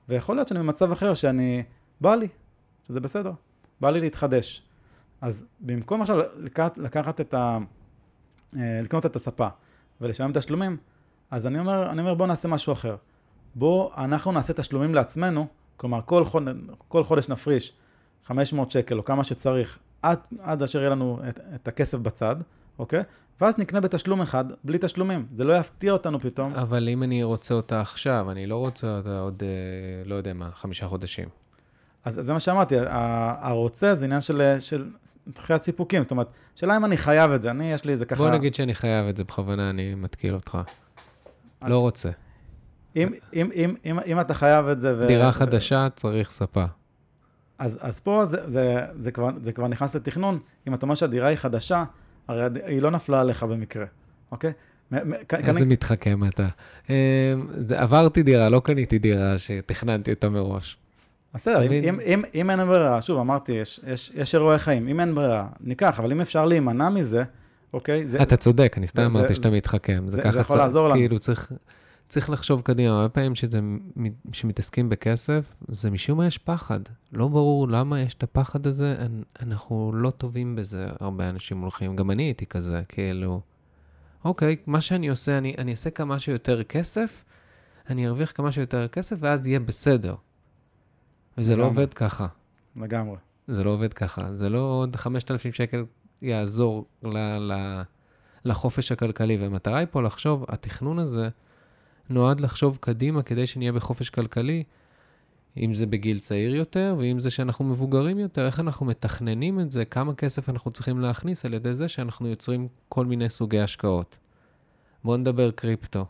ויכול להיות שאני במצב אחר שאני, בא לי, שזה בסדר, בא לי להתחדש. אז במקום עכשיו לקחת, לקחת את ה... לקנות את הספה ולשלם תשלומים, אז אני אומר, אני אומר בוא נעשה משהו אחר. בוא אנחנו נעשה תשלומים לעצמנו, כלומר כל חודש, כל חודש נפריש חמש מאות שקל או כמה שצריך, עד, עד אשר יהיה לנו את, את הכסף בצד, אוקיי? ואז נקנה בתשלום אחד, בלי תשלומים. זה לא יפתיע אותנו פתאום. אבל אם אני רוצה אותה עכשיו, אני לא רוצה אותה עוד, לא יודע מה, חמישה חודשים. אז זה מה שאמרתי, הרוצה זה עניין של, של תחיית סיפוקים, זאת אומרת, שאלה אם אני חייב את זה, אני, יש לי איזה ככה... בוא נגיד שאני חייב את זה בכוונה, אני מתקיל אותך. לא רוצה. אם, אם, אם, אם, אם אתה חייב את זה... דירה חדשה, צריך ספה. אז, אז פה זה, זה, זה, כבר, זה כבר נכנס לתכנון. אם אתה אומר שהדירה היא חדשה, הרי היא לא נפלה עליך במקרה, אוקיי? איזה מתחכם אתה. עברתי דירה, לא קניתי דירה שתכננתי אותה מראש. בסדר, אם, אם, אם אין ברירה, שוב, אמרתי, יש, יש, יש אירועי חיים, אם אין ברירה, ניקח, אבל אם אפשר להימנע מזה, אוקיי? זה, אתה צודק, אני סתם אמרתי שאתה מתחכם. זה, זה יכול לעזור לנו. כאילו, צריך... צריך לחשוב קדימה, הרבה פעמים שזה, שמתעסקים בכסף, זה משום מה יש פחד. לא ברור למה יש את הפחד הזה, אנחנו לא טובים בזה, הרבה אנשים הולכים, גם אני הייתי כזה, כאילו, אוקיי, מה שאני עושה, אני, אני אעשה כמה שיותר כסף, אני ארוויח כמה שיותר כסף, ואז יהיה בסדר. וזה לגמרי. לא עובד ככה. לגמרי. זה לא עובד ככה. זה לא עוד חמשת אלפים שקל יעזור ל, ל, לחופש הכלכלי, והמטרה היא פה לחשוב, התכנון הזה, נועד לחשוב קדימה כדי שנהיה בחופש כלכלי, אם זה בגיל צעיר יותר, ואם זה שאנחנו מבוגרים יותר, איך אנחנו מתכננים את זה, כמה כסף אנחנו צריכים להכניס על ידי זה שאנחנו יוצרים כל מיני סוגי השקעות. בואו נדבר קריפטו.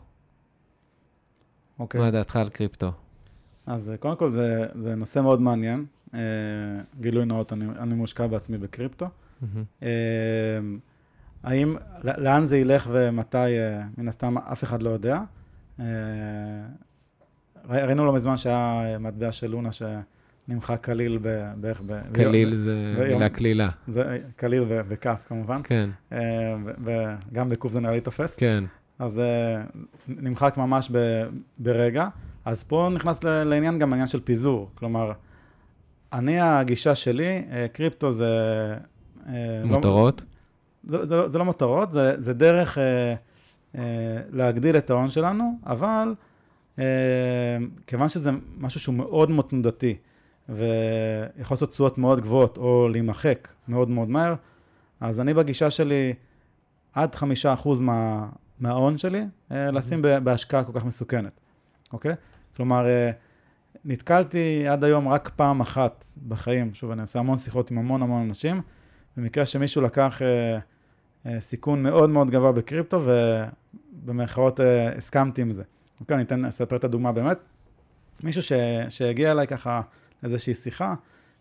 אוקיי. מה דעתך על קריפטו? אז קודם כל זה, זה נושא מאוד מעניין. אה, גילוי נאות, אני, אני מושקע בעצמי בקריפטו. Mm-hmm. אה, האם, לאן זה ילך ומתי, אה, מן הסתם אף אחד לא יודע. ראינו לא מזמן שהיה מטבע של לונה שנמחק כליל בערך ב... כליל זה מילה כלילה. זה כליל בכף כמובן. כן. וגם בקוף זה נראה לי תופס. כן. אז נמחק ממש ברגע. אז פה נכנס לעניין גם העניין של פיזור. כלומר, אני הגישה שלי, קריפטו זה... מותרות? זה לא מותרות, זה דרך... להגדיל את ההון שלנו, אבל כיוון שזה משהו שהוא מאוד מאוד תנודתי, ויכול לעשות תשואות מאוד גבוהות, או להימחק מאוד מאוד מהר, אז אני בגישה שלי, עד חמישה אחוז מה, מההון שלי, לשים בהשקעה כל כך מסוכנת, אוקיי? כלומר, נתקלתי עד היום רק פעם אחת בחיים, שוב, אני עושה המון שיחות עם המון המון אנשים, במקרה שמישהו לקח... סיכון מאוד מאוד גבוה בקריפטו, ובמרכאות הסכמתי עם זה. אוקיי, אני אתן, אספר את הדוגמה באמת. מישהו ש, שהגיע אליי ככה איזושהי שיחה,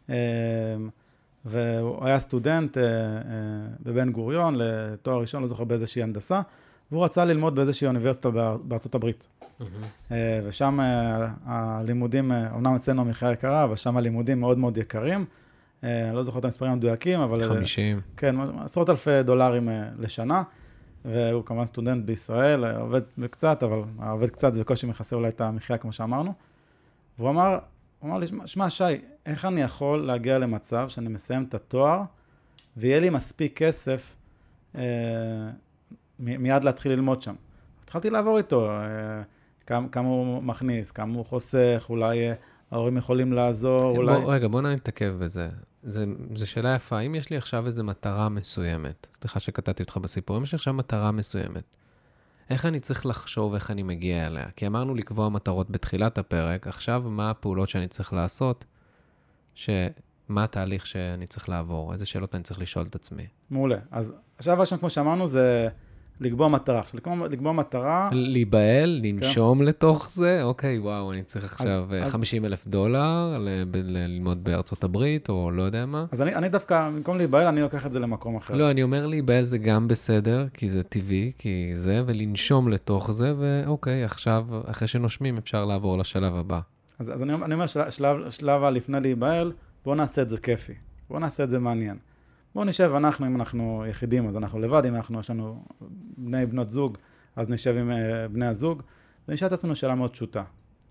והוא היה סטודנט בבן גוריון, לתואר ראשון, לא זוכר באיזושהי הנדסה, והוא רצה ללמוד באיזושהי אוניברסיטה בארצות הברית. Mm-hmm. ושם הלימודים, אומנם אצלנו המחיה יקרה, אבל שם הלימודים מאוד מאוד יקרים, אני לא זוכר את המספרים המדויקים, אבל... חמישים. כן, עשרות אלפי דולרים לשנה, והוא כמובן סטודנט בישראל, עובד קצת, אבל עובד קצת זה בקושי מכסה אולי את המחיה, כמו שאמרנו. והוא אמר, הוא אמר לי, שמה, שי, איך אני יכול להגיע למצב שאני מסיים את התואר, ויהיה לי מספיק כסף אה, מיד להתחיל ללמוד שם. התחלתי לעבור איתו, אה, כמה, כמה הוא מכניס, כמה הוא חוסך, אולי... ההורים יכולים לעזור, בוא, אולי... רגע, בוא נתעכב בזה. זה, זה שאלה יפה. אם יש לי עכשיו איזו מטרה מסוימת, סליחה שקטעתי אותך בסיפור, אם יש לי עכשיו מטרה מסוימת, איך אני צריך לחשוב איך אני מגיע אליה? כי אמרנו לקבוע מטרות בתחילת הפרק, עכשיו מה הפעולות שאני צריך לעשות, שמה התהליך שאני צריך לעבור, איזה שאלות אני צריך לשאול את עצמי. מעולה. אז עכשיו השם, כמו שאמרנו, זה... לקבוע מטרה. עכשיו, לקבוע, לקבוע מטרה... להיבהל, לנשום כן. לתוך זה, אוקיי, וואו, אני צריך עכשיו אז, חמישים אלף דולר ל- ב- ללמוד בארצות הברית, או לא יודע מה. אז אני, אני דווקא, במקום להיבהל, אני לוקח את זה למקום אחר. לא, אני אומר להיבהל זה גם בסדר, כי זה טבעי, כי זה, ולנשום לתוך זה, ואוקיי, עכשיו, אחרי שנושמים, אפשר לעבור לשלב הבא. אז, אז אני, אני אומר, של, שלב, שלב לפני להיבהל, בואו נעשה את זה כיפי. בואו נעשה את זה מעניין. בואו נשב אנחנו, אם אנחנו יחידים, אז אנחנו לבד, אם אנחנו, יש לנו בני בנות זוג, אז נשב עם בני הזוג, ונשאל את עצמנו שאלה מאוד פשוטה.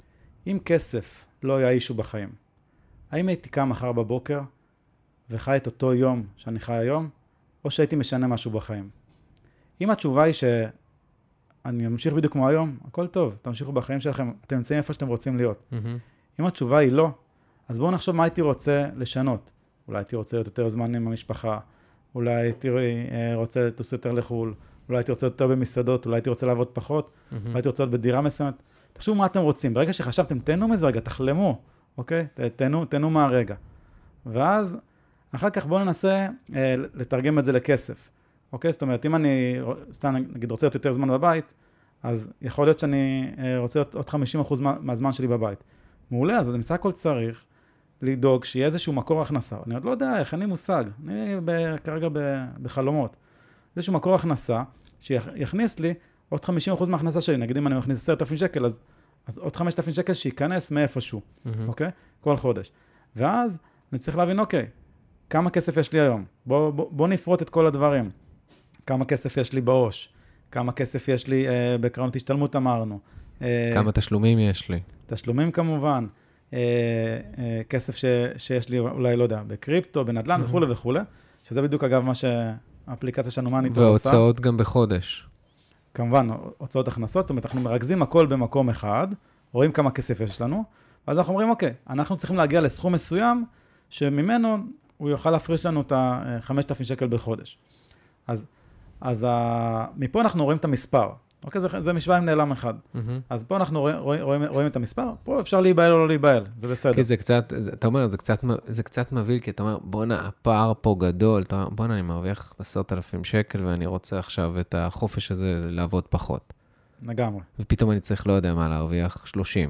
אם כסף לא היה אישו בחיים, האם הייתי קם מחר בבוקר וחי את אותו יום שאני חי היום, או שהייתי משנה משהו בחיים? אם התשובה היא שאני ממשיך בדיוק כמו היום, הכל טוב, תמשיכו בחיים שלכם, אתם נמצאים איפה שאתם רוצים להיות. Mm-hmm. אם התשובה היא לא, אז בואו נחשוב מה הייתי רוצה לשנות. אולי הייתי רוצה להיות יותר זמן עם המשפחה, אולי הייתי רוצה לטוס יותר לחול, אולי הייתי רוצה יותר במסעדות, אולי הייתי רוצה לעבוד פחות, mm-hmm. אולי הייתי רוצה להיות בדירה מסוימת. תחשבו מה אתם רוצים. ברגע שחשבתם, תהנו מזה רגע, תחלמו, אוקיי? תהנו, תהנו מהרגע. ואז, אחר כך בואו ננסה אה, לתרגם את זה לכסף. אוקיי? זאת אומרת, אם אני, סתם נגיד, רוצה להיות יותר זמן בבית, אז יכול להיות שאני אה, רוצה להיות עוד חמישים אחוז מה, מהזמן שלי בבית. מעולה, אז אני בסך הכל צריך לדאוג שיהיה איזשהו מקור הכנסה. אני עוד לא יודע איך, אין לי מושג. אני ב, כרגע ב, בחלומות. איזשהו מקור הכנסה שיכניס לי עוד חמישים אחוז מההכנסה שלי. נגיד אם אני מכניס עשרת אלפים שקל, אז, אז עוד חמשת אלפים שקל שיכנס מאיפשהו. Mm-hmm. אוקיי? כל חודש. ואז אני צריך להבין, אוקיי, כמה כסף יש לי היום? בוא, בוא, בוא נפרוט את כל הדברים. כמה כסף יש לי בעו"ש? כמה כסף יש לי אה, בקרנות השתלמות אמרנו? אה, כמה תשלומים יש לי? תשלומים כמובן. אה, אה, כסף ש, שיש לי אולי, לא יודע, בקריפטו, בנדל"ן וכו' וכו'. שזה בדיוק אגב מה שהאפליקציה שלנו מניטור עושה. והוצאות גם בחודש. כמובן, הוצאות הכנסות, זאת אומרת, אנחנו מרכזים הכל במקום אחד, רואים כמה כסף יש לנו, ואז אנחנו אומרים, אוקיי, אנחנו צריכים להגיע לסכום מסוים, שממנו הוא יוכל להפריש לנו את ה-חמשת אלפים שקל בחודש. אז, אז ה... מפה אנחנו רואים את המספר. אוקיי, זה, זה משוואה עם נעלם אחד. Mm-hmm. אז פה אנחנו רואים, רואים, רואים את המספר, פה אפשר להיבהל או לא להיבהל, זה בסדר. כי זה קצת, זה, אתה אומר, זה קצת, זה קצת מביא, כי אתה אומר, בוא'נה, הפער פה גדול, אתה אומר, בוא'נה, אני מרוויח עשרת אלפים שקל, ואני רוצה עכשיו את החופש הזה לעבוד פחות. לגמרי. ופתאום אני צריך, לא יודע מה, להרוויח שלושים.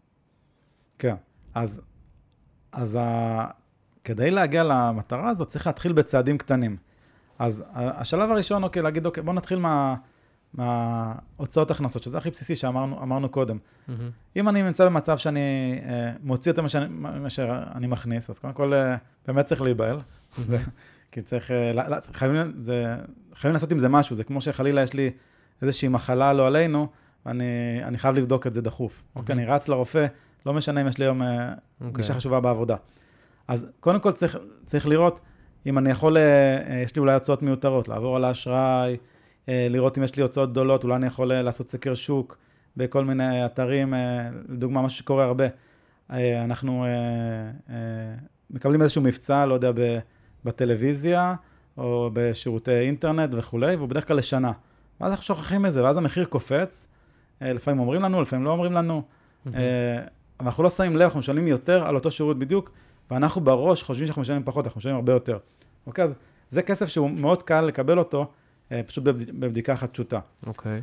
כן, אז, אז ה... כדי להגיע למטרה הזאת, צריך להתחיל בצעדים קטנים. אז השלב הראשון, אוקיי, להגיד, אוקיי, בוא נתחיל מה... מההוצאות הכנסות, שזה הכי בסיסי שאמרנו אמרנו קודם. Mm-hmm. אם אני נמצא במצב שאני אה, מוציא יותר מה שאני מכניס, אז קודם כל אה, באמת צריך להיבהל, mm-hmm. כי צריך, אה, לא, חייבים, זה, חייבים לעשות עם זה משהו, זה כמו שחלילה יש לי איזושהי מחלה לא עלינו, אני, אני חייב לבדוק את זה דחוף. Mm-hmm. אוקיי, אני רץ לרופא, לא משנה אם יש לי היום אה, okay. גישה חשובה בעבודה. אז קודם כל צריך, צריך לראות אם אני יכול, אה, יש לי אולי הוצאות מיותרות, לעבור על האשראי, לראות אם יש לי הוצאות גדולות, אולי אני יכול לעשות סקר שוק בכל מיני אתרים, לדוגמה, משהו שקורה הרבה. אנחנו מקבלים איזשהו מבצע, לא יודע, בטלוויזיה, או בשירותי אינטרנט וכו', והוא בדרך כלל לשנה. ואז אנחנו שוכחים מזה, ואז המחיר קופץ, לפעמים אומרים לנו, לפעמים לא אומרים לנו, אנחנו לא שמים לב, אנחנו משלמים יותר על אותו שירות בדיוק, ואנחנו בראש חושבים שאנחנו משלמים פחות, אנחנו משלמים הרבה יותר. אוקיי, אז זה כסף שהוא מאוד קל לקבל אותו, פשוט בבדיקה אחת פשוטה. אוקיי.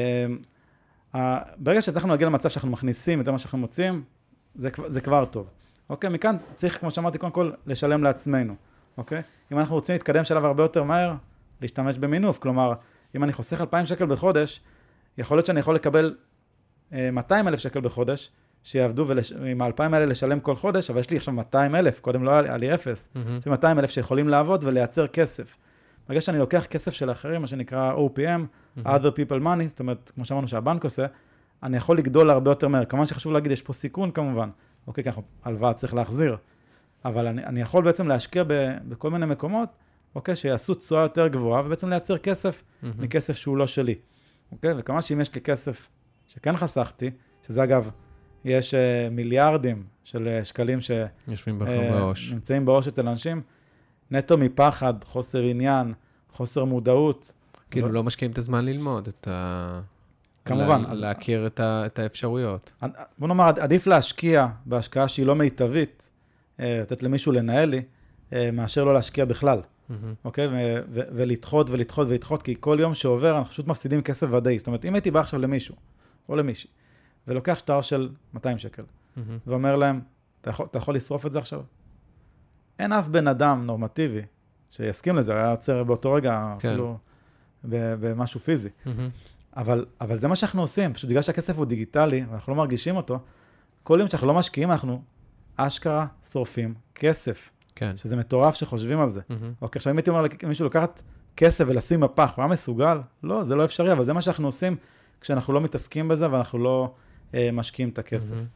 ברגע שצריכים להגיע למצב שאנחנו מכניסים את מה שאנחנו מוצאים, זה, זה כבר טוב. אוקיי, מכאן צריך, כמו שאמרתי, קודם כל, לשלם לעצמנו. אוקיי? אם אנחנו רוצים להתקדם שלב הרבה יותר מהר, להשתמש במינוף. כלומר, אם אני חוסך אלפיים שקל בחודש, יכול להיות שאני יכול לקבל מאתיים אלף שקל בחודש, שיעבדו ועם ה-אלפיים האלה לשלם כל חודש, אבל יש לי עכשיו מאתיים אלף, קודם לא היה לי אפס, יש לי מאתיים אלף שיכולים לעבוד ולייצר כסף. ברגע שאני לוקח כסף של אחרים, מה שנקרא או פי אם, mm-hmm. other people money, זאת אומרת, כמו שאמרנו שהבנק עושה, אני יכול לגדול הרבה יותר מהר. כמובן שחשוב להגיד, יש פה סיכון כמובן. אוקיי, ככה, הלוואה צריך להחזיר. אבל אני, אני יכול בעצם להשקיע ב, בכל מיני מקומות, אוקיי, שיעשו תשואה יותר גבוהה, ובעצם לייצר כסף mm-hmm. מכסף שהוא לא שלי. אוקיי, וכמה שאם יש לי כסף שכן חסכתי, שזה אגב, יש uh, מיליארדים של uh, שקלים שנמצאים uh, בעו"ש אצל אנשים, נטו מפחד, חוסר עניין, חוסר מודעות. כאילו לא משקיעים את הזמן ללמוד, את ה... כמובן. להכיר את האפשרויות. בוא נאמר, עדיף להשקיע בהשקעה שהיא לא מיטבית, לתת למישהו לנהל לי, מאשר לא להשקיע בכלל. אוקיי? ולדחות ולדחות ולדחות, כי כל יום שעובר אנחנו פשוט מפסידים כסף ודאי. זאת אומרת, אם הייתי בא עכשיו למישהו, או למישהי, ולוקח שטר של מאתיים שקל, ואומר להם, אתה יכול לשרוף את זה עכשיו? אין אף בן אדם נורמטיבי שיסכים לזה, היה עוצר באותו רגע כן. אפילו במשהו פיזי. Mm-hmm. אבל, אבל זה מה שאנחנו עושים, פשוט בגלל שהכסף הוא דיגיטלי, ואנחנו לא מרגישים אותו, כל יום שאנחנו לא משקיעים, אנחנו אשכרה שורפים כסף. כן. שזה מטורף שחושבים על זה. Mm-hmm. אוקיי, עכשיו אם הייתי אומר למישהו לקחת כסף ולשים בפח, הוא היה מסוגל? לא, זה לא אפשרי, אבל זה מה שאנחנו עושים כשאנחנו לא מתעסקים בזה, ואנחנו לא אה, משקיעים את הכסף. Mm-hmm.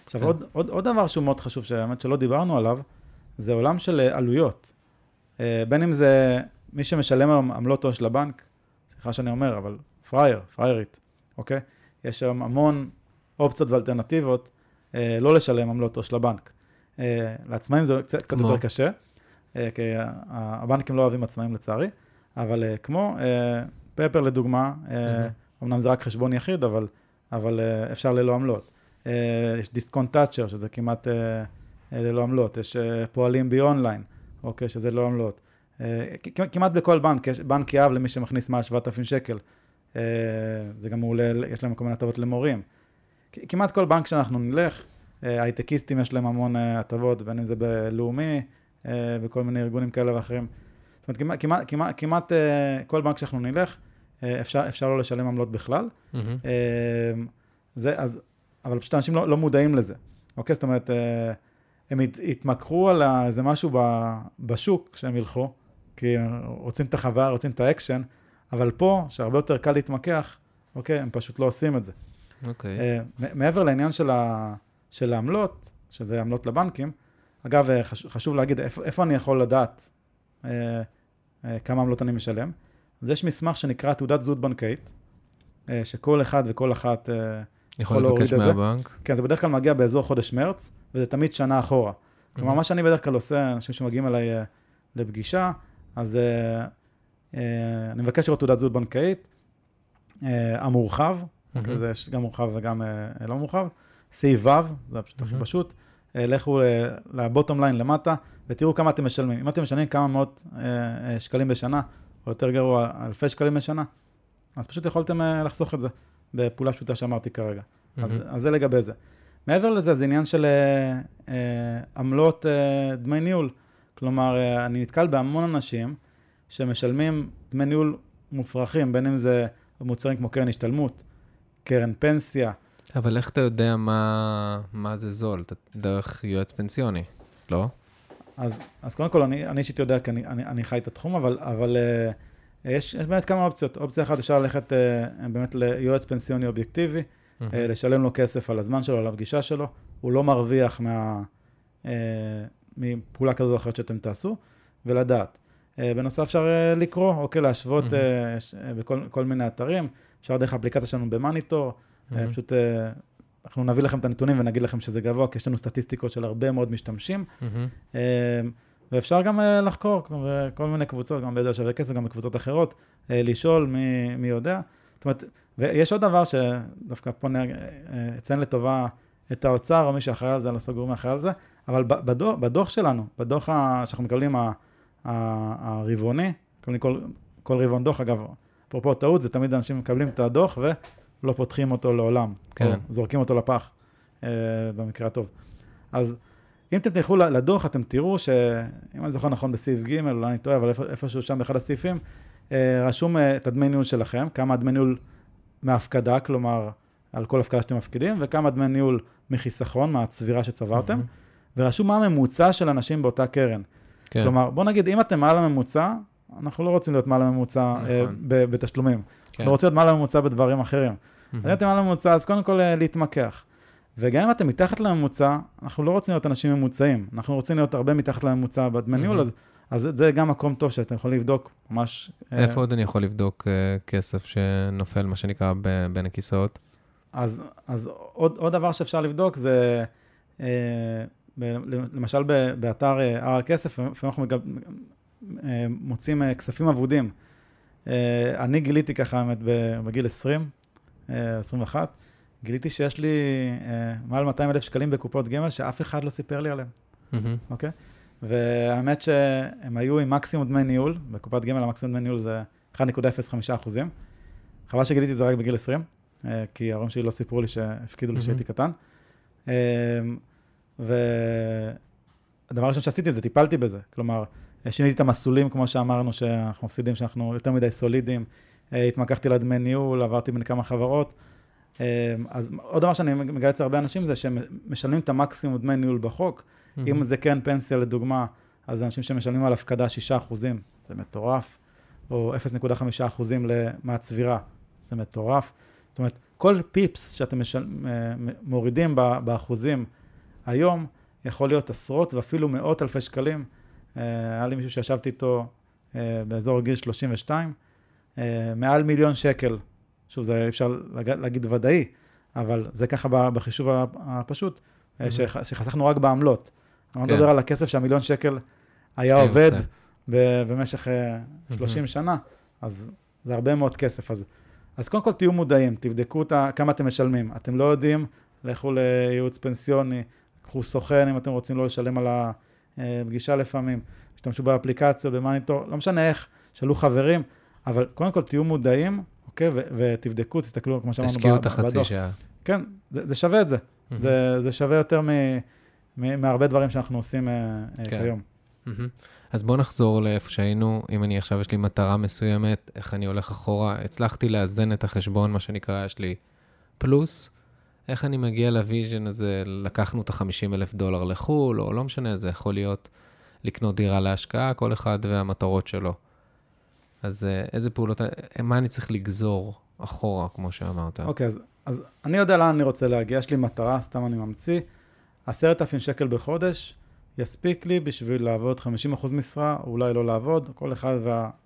עכשיו, כן. עוד, עוד, עוד דבר שהוא מאוד חשוב, שהאמת שלא דיברנו עליו, זה עולם של עלויות. בין אם זה מי שמשלם עמלות עו"ש לבנק, סליחה שאני אומר, אבל פרייר, פריירית, אוקיי? יש שם המון אופציות ואלטרנטיבות לא לשלם עמלות עו"ש לבנק. לעצמאים זה קצת, קצת יותר קשה, כי הבנקים לא אוהבים עצמאים לצערי, אבל כמו פפר לדוגמה, אמנם זה רק חשבון יחיד, אבל, אבל אפשר ללא עמלות. יש דיסקונט טאצ'ר, שזה כמעט ללא עמלות. יש פועלים בי אונליין, אוקיי, שזה ללא עמלות. כמעט בכל בנק, יש בנק יאב למי שמכניס מעל שבעת אלפים שקל. זה גם מעולה, יש להם כל מיני הטבות למורים. כמעט כל בנק שאנחנו נלך, הייטקיסטים יש להם המון הטבות, בין אם זה בלאומי, בכל מיני ארגונים כאלה ואחרים. זאת אומרת, כמעט, כמעט, כמעט כל בנק שאנחנו נלך, אפשר, אפשר לא לשלם עמלות בכלל. Mm-hmm. זה, אז, אבל פשוט אנשים לא, לא מודעים לזה. אוקיי? זאת אומרת, הם התמקחו על איזה משהו בשוק שהם ילכו, כי רוצים את החוויה, רוצים את האקשן, אבל פה, שהרבה יותר קל להתמקח, אוקיי? הם פשוט לא עושים את זה. אוקיי. מעבר לעניין של, ה, של העמלות, שזה עמלות לבנקים, אגב, חשוב להגיד, איפה, איפה אני יכול לדעת כמה עמלות אני משלם? אז יש מסמך שנקרא תעודת זהות בנקאית, שכל אחד וכל אחת יכול לבקש מהבנק. כן, זה בדרך כלל מגיע באזור חודש מרץ, וזה תמיד שנה אחורה. כלומר, מה שאני בדרך כלל עושה, אנשים שמגיעים אליי לפגישה, אז אני מבקש לראות תעודת זהות בנקאית, המורחב, זה יש גם מורחב וגם לא מורחב, סי וו, זה פשוט הכי פשוט, לכו לבוטום ליין למטה, ותראו כמה אתם משלמים. אם אתם משלמים כמה מאות שקלים בשנה, או יותר גרוע, אלפי שקלים בשנה, אז פשוט יכולתם לחסוך את זה, בפעולה פשוטה שאמרתי כרגע. Mm-hmm. אז, אז זה לגבי זה. מעבר לזה, זה עניין של אה, עמלות אה, דמי ניהול. כלומר, אה, אני נתקל בהמון אנשים שמשלמים דמי ניהול מופרכים, בין אם זה מוצרים כמו קרן השתלמות, קרן פנסיה. אבל איך אתה יודע מה, מה זה זול? אתה דרך יועץ פנסיוני, לא? אז, אז קודם כל, אני, אני אישית יודע, כי אני, אני, אני חי את התחום, אבל, אבל אה, יש, יש באמת כמה אופציות. אופציה אחת, אפשר ללכת אה, באמת ליועץ פנסיוני אובייקטיבי, mm-hmm. אה, לשלם לו כסף על הזמן שלו, על הפגישה שלו. הוא לא מרוויח מה, אה, מפעולה כזו או אחרת שאתם תעשו, ולדעת. אה, בנוסף, אפשר אה, לקרוא, אוקיי, להשוות mm-hmm. אה, בכל כל מיני אתרים. אפשר דרך האפליקציה שלנו במניטור, mm-hmm. אה, פשוט אה, אנחנו נביא לכם את הנתונים ונגיד לכם שזה גבוה, כי יש לנו סטטיסטיקות של הרבה מאוד משתמשים. Mm-hmm. אה, ואפשר גם לחקור כל מיני קבוצות, גם בידע שווה כסף, גם בקבוצות אחרות, לשאול מי, מי יודע. זאת אומרת, ויש עוד דבר שדווקא פה אציין לטובה את האוצר, או מי שאחראי על זה, על הסגורים האחראי על זה, אבל בדוח, בדוח שלנו, בדוח שאנחנו מקבלים הרבעוני, כל, כל רבעון דוח, אגב, אפרופו טעות, זה תמיד אנשים מקבלים את הדוח ולא פותחים אותו לעולם, כן. או זורקים אותו לפח, במקרה הטוב. אז אם אתם תלכו לדוח, אתם תראו שאם אני זוכר נכון בסעיף ג', אולי אני טועה, אבל איפשהו שם באחד הסעיפים, רשום את הדמי ניהול שלכם, כמה דמי ניהול מהפקדה, כלומר, על כל הפקדה שאתם מפקידים, וכמה דמי ניהול מחיסכון, מהצבירה שצברתם, ורשום מה הממוצע של אנשים באותה קרן. כן. כלומר, בוא נגיד, אם אתם מעל הממוצע, אנחנו לא רוצים להיות מעל הממוצע נכון. בתשלומים. כן. אנחנו רוצים להיות מעל הממוצע בדברים אחרים. אם אתם מעל הממוצע, אז קודם כל להתמקח. וגם אם אתם מתחת לממוצע, אנחנו לא רוצים להיות אנשים ממוצעים, אנחנו רוצים להיות הרבה מתחת לממוצע בדמי ניהול, אז, אז זה גם מקום טוב שאתם יכולים לבדוק ממש... איפה עוד אני יכול לבדוק כסף שנופל, מה שנקרא, בין הכיסאות? אז, אז עוד, עוד דבר שאפשר לבדוק זה, למשל באתר הר הכסף, אנחנו מוצאים כספים עבודים. אני גיליתי ככה, האמת, בגיל עשרים, עשרים ואחת, גיליתי שיש לי אה, מעל מאתיים אלף שקלים בקופות גמל שאף אחד לא סיפר לי עליהם. Mm-hmm. אוקיי? והאמת שהם היו עם מקסימום דמי ניהול, בקופת גמל המקסימום דמי ניהול זה אחת נקודה אפס חמישה אחוזים. חבל שגיליתי את זה רק בגיל עשרים, אה, כי ההורים שלי לא סיפרו לי שהפקידו לי mm-hmm. שהייתי קטן. אה, והדבר הראשון שעשיתי זה, טיפלתי בזה. כלומר, שיניתי את המסלולים, כמו שאמרנו, שאנחנו מפסידים, שאנחנו יותר מדי סולידיים. אה, התמקחתי לדמי ניהול, עברתי בין כמה חברות. אז עוד דבר שאני מגלה אצל הרבה אנשים זה שהם משלמים את המקסימום דמי ניהול בחוק. Mm-hmm. אם זה כן פנסיה לדוגמה, אז זה אנשים שמשלמים על הפקדה שישה אחוזים, זה מטורף, או אפס נקודה חמישה אחוזים מהצבירה, זה מטורף. זאת אומרת, כל פיפס שאתם משל, מורידים באחוזים היום, יכול להיות עשרות ואפילו מאות אלפי שקלים. היה לי מישהו שישבתי איתו באזור גיל שלושים ושתיים, מעל מיליון שקל. שוב, זה אפשר להגיד ודאי, אבל זה ככה בחישוב הפשוט, שחסכנו רק בעמלות. אני מדבר על הכסף שהמיליון שקל היה עובד במשך שלושים שנה, אז זה הרבה מאוד כסף. אז, אז קודם כל תהיו מודעים, תבדקו אותה, כמה אתם משלמים. אתם לא יודעים, לכו לייעוץ פנסיוני, קחו סוכן אם אתם רוצים לא לשלם על הפגישה לפעמים, תשתמשו באפליקציה, במניטור, לא משנה איך, שאלו חברים, אבל קודם כל תהיו מודעים, אוקיי, ו- ותבדקו, תסתכלו, כמו שאמרנו בדוח. תשקיעו את החצי שעה. כן, זה, זה שווה את זה. Mm-hmm. זה, זה שווה יותר מ, מ, מהרבה דברים שאנחנו עושים כן. כיום. Mm-hmm. אז בואו נחזור לאיפה שהיינו, אם אני עכשיו יש לי מטרה מסוימת, איך אני הולך אחורה, הצלחתי לאזן את החשבון, מה שנקרא, יש לי פלוס, איך אני מגיע לוויז'ן הזה, לקחנו את ה-חמישים אלף דולר לחול, או לא משנה, זה יכול להיות לקנות דירה להשקעה, כל אחד והמטרות שלו. אז איזה פעולות, מה אני צריך לגזור אחורה, כמו שאמרת? אוקיי, אז, אז אני יודע לאן אני רוצה להגיע, יש לי מטרה, סתם אני ממציא, עשרת אלפים שקל בחודש, יספיק לי בשביל לעבוד חמישים אחוז משרה, או אולי לא לעבוד, כל אחד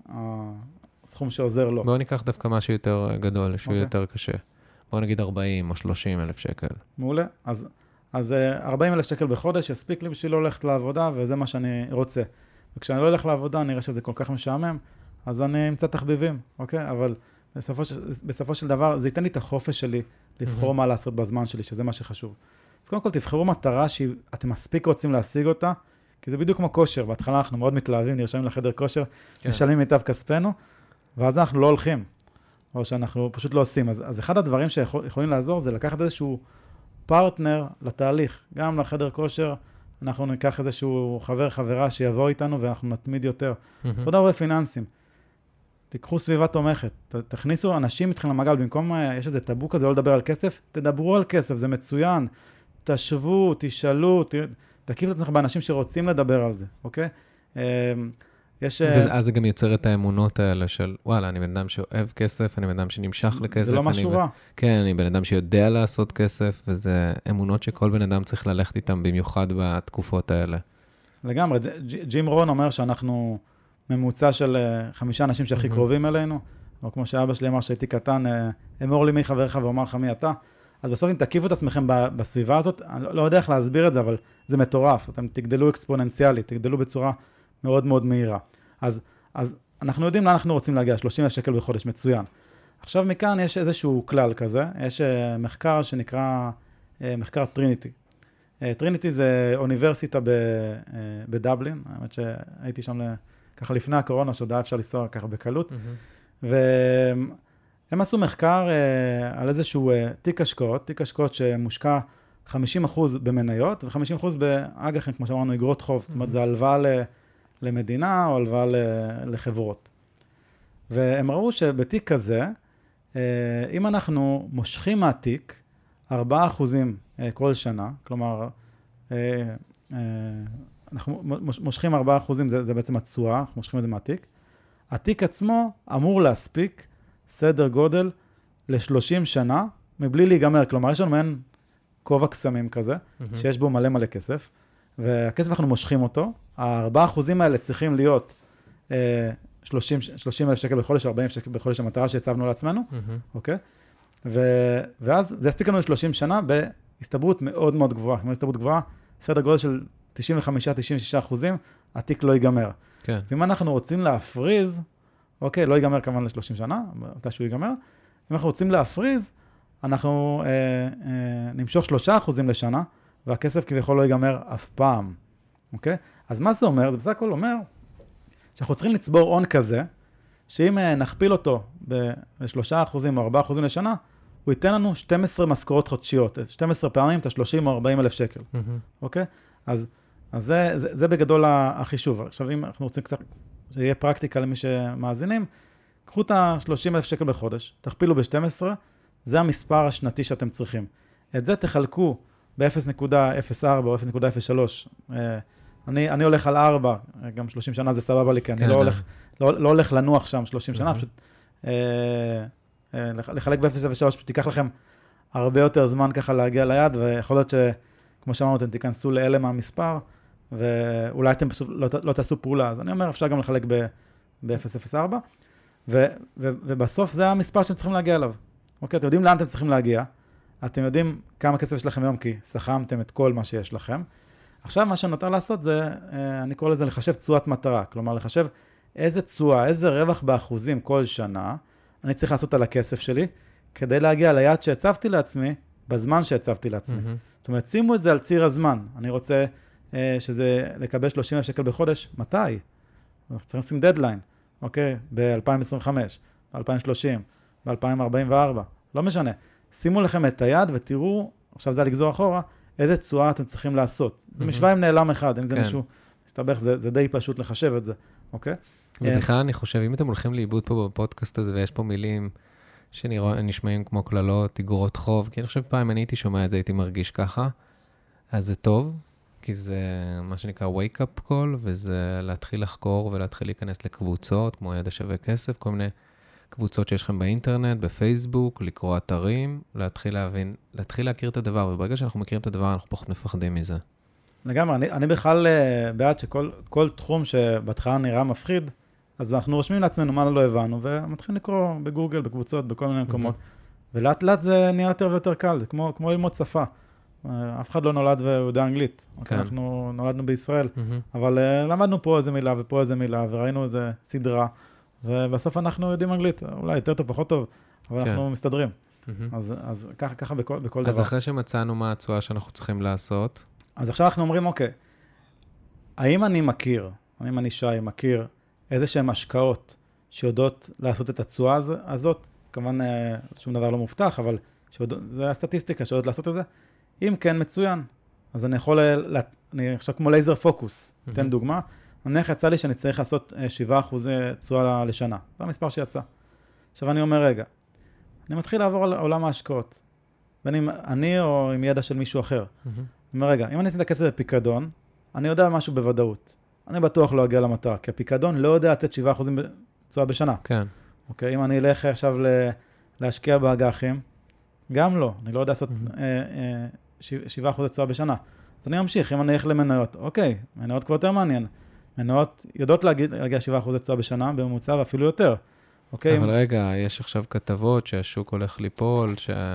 והסכום שעוזר לו. בואו ניקח דווקא משהו יותר גדול, שהוא okay. יותר קשה. בואו נגיד ארבעים או שלושים אלף שקל. מעולה. אז, אז ארבעים אלף שקל בחודש יספיק לי בשביל לא ללכת לעבודה, וזה מה שאני רוצה. וכשאני לא הולך לעבודה, אני רואה שזה כל כך משעמם, אז אני אמצא תחביבים, אוקיי? אבל בסופו, בסופו של דבר, זה ייתן לי את החופש שלי לבחור mm-hmm. מה לעשות בזמן שלי, שזה מה שחשוב. אז קודם כל תבחרו מטרה שאתם מספיק רוצים להשיג אותה, כי זה בדיוק כמו כושר. בהתחלה אנחנו מאוד מתלהבים, נרשמים לחדר כושר, כן. משלמים מיטב כספנו, ואז אנחנו לא הולכים, או שאנחנו פשוט לא עושים. אז, אז אחד הדברים שיכולים לעזור זה לקחת איזשהו פרטנר לתהליך. גם לחדר כושר, אנחנו ניקח איזשהו חבר, חברה שיבוא איתנו, ואנחנו נתמיד יותר. Mm-hmm. תודה רבה פיננסים. תיקחו סביבה תומכת, ת, תכניסו אנשים איתכם למעגל, במקום יש איזה טאבו כזה לא לדבר על כסף, תדברו על כסף, זה מצוין. תשבו, תשאלו, תקיפו את עצמכם באנשים שרוצים לדבר על זה, אוקיי? יש... ואז זה גם יוצר את האמונות האלה של, וואלה, אני בן אדם שאוהב כסף, אני בן אדם שנמשך לכסף. זה לא משהו רע. כן, אני בן אדם שיודע לעשות כסף, וזה אמונות שכל בן אדם צריך ללכת איתם, במיוחד בתקופות האלה. לגמרי, ג'ים רון אומר שאנחנו ממוצע של חמישה אנשים שהכי קרובים אלינו, או כמו שאבא שלי אמר שהייתי קטן, אמור לי מי חברך ואומר לך מי אתה. אז בסוף אם תקיפו את עצמכם בסביבה הזאת, אני לא יודע איך להסביר את זה, אבל זה מטורף. אתם תגדלו אקספוננציאלית, תגדלו בצורה מאוד מאוד מהירה. אז, אז אנחנו יודעים לאן אנחנו רוצים להגיע, שלושים אלף שקל בחודש, מצוין. עכשיו מכאן יש איזשהו כלל כזה, יש מחקר שנקרא מחקר טריניטי. טריניטי זה אוניברסיטה בדבלין, האמת שהייתי שם ככה לפני הקורונה, שעוד היה אפשר לנסוע ככה בקלות, ו... הם עשו מחקר uh, על איזשהו uh, תיק השקעות, תיק השקעות שמושקע חמישים אחוז במניות, ו-חמישים אחוז באג"חים, כמו שאמרנו, אגרות חוב, זאת אומרת, זה הלוואה למדינה או הלוואה לחברות. והם ראו שבתיק כזה, uh, אם אנחנו מושכים מהתיק ארבעה אחוזים uh, כל שנה, כלומר, uh, uh, אנחנו מושכים ארבעה אחוזים, זה, זה בעצם התשואה, אנחנו מושכים את זה מהתיק, התיק עצמו אמור להספיק סדר גודל ל-שלושים שנה, מבלי להיגמר. כלומר, יש לנו מעין כובע קסמים כזה, mm-hmm. שיש בו מלא מלא כסף, והכסף אנחנו מושכים אותו, ה-ארבעה אחוזים האלה צריכים להיות אה, שלושים אלף שקל בחודש, ארבעים אלף שקל בחודש, המטרה שהצבנו לעצמנו, mm-hmm. אוקיי? ו- ואז זה יספיק לנו שלושים שנה בהסתברות מאוד מאוד גבוהה. כמו הסתברות גבוהה, סדר גודל של תשעים וחמישה עד תשעים ושישה אחוזים, התיק לא ייגמר. כן. ואם אנחנו רוצים להפריז, אוקיי, לא ייגמר כמובן ל-שלושים שנה, אותה שהוא ייגמר. אם אנחנו רוצים להפריז, אנחנו אה, אה, נמשוך שלושה אחוזים לשנה, והכסף כביכול לא ייגמר אף פעם. אוקיי? אז מה זה אומר? זה בסך הכל אומר שאנחנו צריכים לצבור הון כזה, שאם אה, נכפיל אותו ב-שלושה אחוזים או ארבעה אחוזים לשנה, הוא ייתן לנו שתים עשרה משכורות חודשיות, שתים עשרה פעמים את ה-שלושים או ארבעים אלף שקל. Mm-hmm. אוקיי? אז, אז זה, זה, זה בגדול החישוב. עכשיו, אם אנחנו רוצים קצת... שיהיה פרקטיקה למי שמאזינים, קחו את ה-שלושים אלף שקל בחודש, תכפילו ב-שתים עשרה, זה המספר השנתי שאתם צריכים. את זה תחלקו ב-אפס נקודה אפס ארבע או אפס נקודה אפס שלוש. אני, אני הולך על ארבע, גם שלושים שנה זה סבבה לי, כי אני לא הולך, לא, לא הולך לנוח שם שלושים שנה, פשוט לחלק ב-אפס נקודה אפס שלוש, שתיקח לכם הרבה יותר זמן ככה להגיע ליד, ויכול להיות שכמו שאמרנו, אתם תיכנסו לאלה מהמספר, ואולי אתם פשוט לא, לא תעשו פעולה. אז אני אומר, אפשר גם לחלק ב-אפס נקודה אפס ארבע, ו, ו, ובסוף זה המספר שאתם צריכים להגיע אליו. אוקיי, אתם יודעים לאן אתם צריכים להגיע, אתם יודעים כמה כסף יש לכם היום, כי סכמתם את כל מה שיש לכם. עכשיו, מה שנותר לעשות זה, אני קורא לזה לחשב תשואת מטרה, כלומר, לחשב איזה תשואה, איזה רווח באחוזים כל שנה, אני צריך לעשות על הכסף שלי, כדי להגיע ליעד שהצבתי לעצמי, בזמן שהצבתי לעצמי. Mm-hmm. זאת אומרת, שימו את זה על ציר הזמן. אני רוצה אה, שזה לקבל שלושים אלף שקל בחודש, מתי? אנחנו צריכים לשים דדליין, אוקיי? ב-אלפיים עשרים וחמש, ב-אלפיים ושלושים, ב-אלפיים ארבעים וארבע, לא משנה. שימו לכם את היד ותראו, עכשיו זה לגזור אחורה, איזה תשואה אתם צריכים לעשות. Mm-hmm. זה משוואה עם נעלם אחד, אם זה כן. מישהו מסתבך, זה, זה די פשוט לחשב את זה, אוקיי? ובכלל אני חושב, אם אתם הולכים לאיבוד פה בפודקאסט הזה, ויש פה מילים שנשמעים כמו כללות, אגרות חוב, כי אני חושב פעם, אני הייתי שומע את זה, הייתי מרגיש ככה, אז זה טוב, כי זה מה שנקרא wake up call, וזה להתחיל לחקור ולהתחיל להיכנס לקבוצות, כמו ידע שווה כסף, כל מיני קבוצות שיש לכם באינטרנט, בפייסבוק, לקרוא אתרים, להתחיל להבין, להתחיל להכיר את הדבר, וברגע שאנחנו מכירים את הדבר, אנחנו פחות מפחדים מזה. לגמרי, אני, אני בכלל בעד שכל כל תחום שבהתחלה נראה מפחיד, אז אנחנו רושמים לעצמנו מה לא הבנו, ומתחילים לקרוא בגוגל, בקבוצות, בכל מיני מקומות, ולאט לאט זה נהיה יותר ויותר קל, זה כמו, כמו ללמוד שפה. אף אחד לא נולד ויודע אנגלית, כן. אנחנו נולדנו בישראל, אבל למדנו פה איזה מילה ופה איזה מילה, וראינו איזה סדרה, ובסוף אנחנו יודעים אנגלית, אולי יותר טוב, פחות טוב, אבל כן. אנחנו מסתדרים. אז, אז ככה, ככה בכל, בכל אז דבר. אז אחרי שמצאנו מה התשואה שאנחנו צריכים לעשות, אז עכשיו אנחנו אומרים, אוקיי, האם אני מכיר, האם אני שי, מכיר איזה שהן השקעות שיודעות לעשות את התשואה הזאת, כמובן שום דבר לא מובטח, אבל זה הסטטיסטיקה שיודעות לעשות את זה, אם כן מצוין, אז אני יכול, אני עכשיו כמו לייזר פוקוס, אתן דוגמה, נניח יצא לי שאני צריך לעשות שבעה אחוז תשואה לשנה, זה המספר שיצא. עכשיו אני אומר, רגע, אני מתחיל לעבור על עולם ההשקעות, בין אם אני או עם ידע של מישהו אחר. אני אומר, רגע, אם אני אשים את הכסף בפיקדון, אני יודע משהו בוודאות. אני בטוח לא אגיע למטרה, כי הפיקדון לא יודע לתת שבעה אחוז תשואה בשנה. כן. אוקיי, אם אני אלך עכשיו להשקיע באג"חים, גם לא, אני לא יודע לעשות שבעה אחוז תשואה בשנה. אז אני אמשיך, אם אני אלך למניות, אוקיי, מניות כבר יותר מעניין. מניות יודעות להגיע שבעה אחוז תשואה בשנה, בממוצע ואפילו יותר. אוקיי? אבל רגע, יש עכשיו כתבות שהשוק הולך ליפול,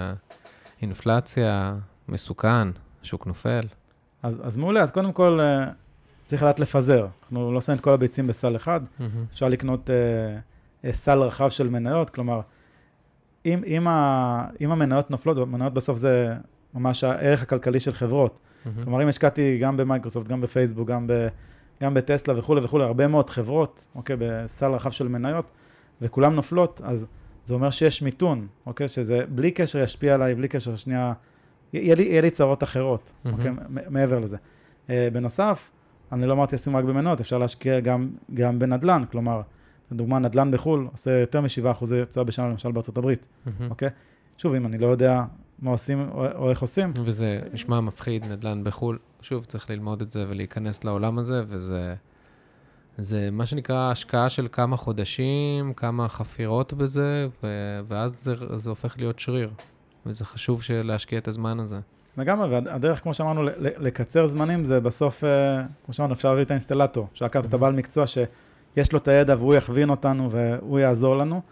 שהאינפלציה מסוכן, השוק נופל. אז, אז מעולה, אז קודם כל צריך לדעת לפזר. אנחנו לא שמים את כל הביצים בסל אחד, mm-hmm. אפשר לקנות uh, סל רחב של מניות, כלומר, אם, אם, ה, אם המניות נופלות, מניות בסוף זה ממש הערך הכלכלי של חברות. Mm-hmm. כלומר, אם השקעתי גם במייקרוסופט, גם בפייסבוק, גם, ב, גם בטסלה וכו' וכו', הרבה מאוד חברות, אוקיי, בסל רחב של מניות, וכולם נופלות, אז זה אומר שיש מיתון, אוקיי, שזה בלי קשר ישפיע עליי, בלי קשר שנייה, יהיה לי, יהיה לי צרות אחרות, mm-hmm. אוקיי, מעבר לזה. Uh, בנוסף, אני לא אמרתי לשים רק במניות, אפשר להשקיע גם, גם בנדלן, כלומר, לדוגמה, נדלן בחול עושה יותר משבעה אחוזי יוצאה בשנה, למשל בארצות הברית, mm-hmm. אוקיי? שוב, אם אני לא יודע מה עושים או, או איך עושים. וזה נשמע מפחיד, נדלן בחול, שוב, צריך ללמוד את זה ולהיכנס לעולם הזה, וזה זה מה שנקרא השקעה של כמה חודשים, כמה חפירות בזה, ו, ואז זה, זה הופך להיות שריר, וזה חשוב להשקיע את הזמן הזה. לגמרי, והדרך, כמו שאמרנו, לקצר זמנים, זה בסוף, כמו שאמרנו, אפשר להביא את האינסטלטור, אפשר לקחת את הבעל מקצוע שיש לו את הידע, והוא יכווין אותנו, והוא יעזור לנו,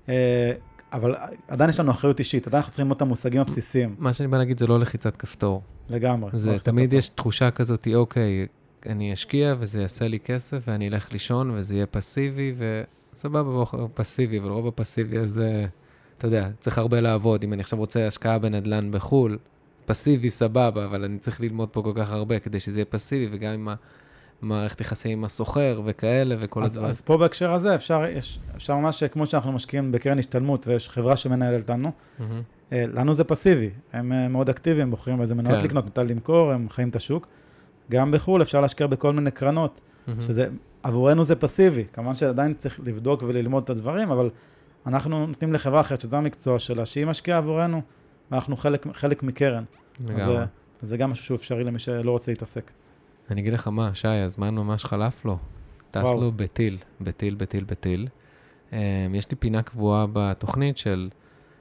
אבל עדיין יש לנו אחריות אישית, עדיין אנחנו צריכים ללמוד את המושגים הבסיסיים. מה שאני בא להגיד, זה לא לחיצת כפתור. לגמרי. זה תמיד יש תחושה כזאת, אוקיי, אני אשקיע, וזה יעשה לי כסף, ואני אלך לישון, וזה יהיה פסיבי, וסבבה, פסיבי, אבל רוב הפסיבי הזה, אתה יודע, צריך הרבה לעבוד. אם אני עכשיו רוצה השקעה בנדלן בחול, פסיבי סבבה, אבל אני צריך ללמוד פה כל כך הרבה, כדי שזה יהיה פסיבי, וגם עם מערכת יחסים עם הסוחר וכאלה, וכל אז, הדברים. אז פה בהקשר הזה, אפשר, יש, אפשר ממש, כמו שאנחנו משקיעים בקרן השתלמות, ויש חברה שמנהלת לנו, mm-hmm. לנו זה פסיבי, הם מאוד אקטיביים, בוחרים איזה מניות כן. לקנות, נוטל למכור, הם חיים את השוק. גם בחול אפשר להשקיע בכל מיני קרנות, mm-hmm. שזה, עבורנו זה פסיבי, כמובן שעדיין צריך לבדוק וללמוד את הדברים, אבל אנחנו נותנים לחברה אחרת, שזה המקצוע שלה, שהיא משקיעה עבורנו, ואנחנו חלק, חלק מקרן. אז זה, זה גם משהו שהוא אפשרי למי שלא רוצה להתעסק. אני אגיד לך מה, שי, הזמן ממש חלף לו. טס לו בטיל, בטיל, בטיל, בטיל. יש לי פינה קבועה בתוכנית של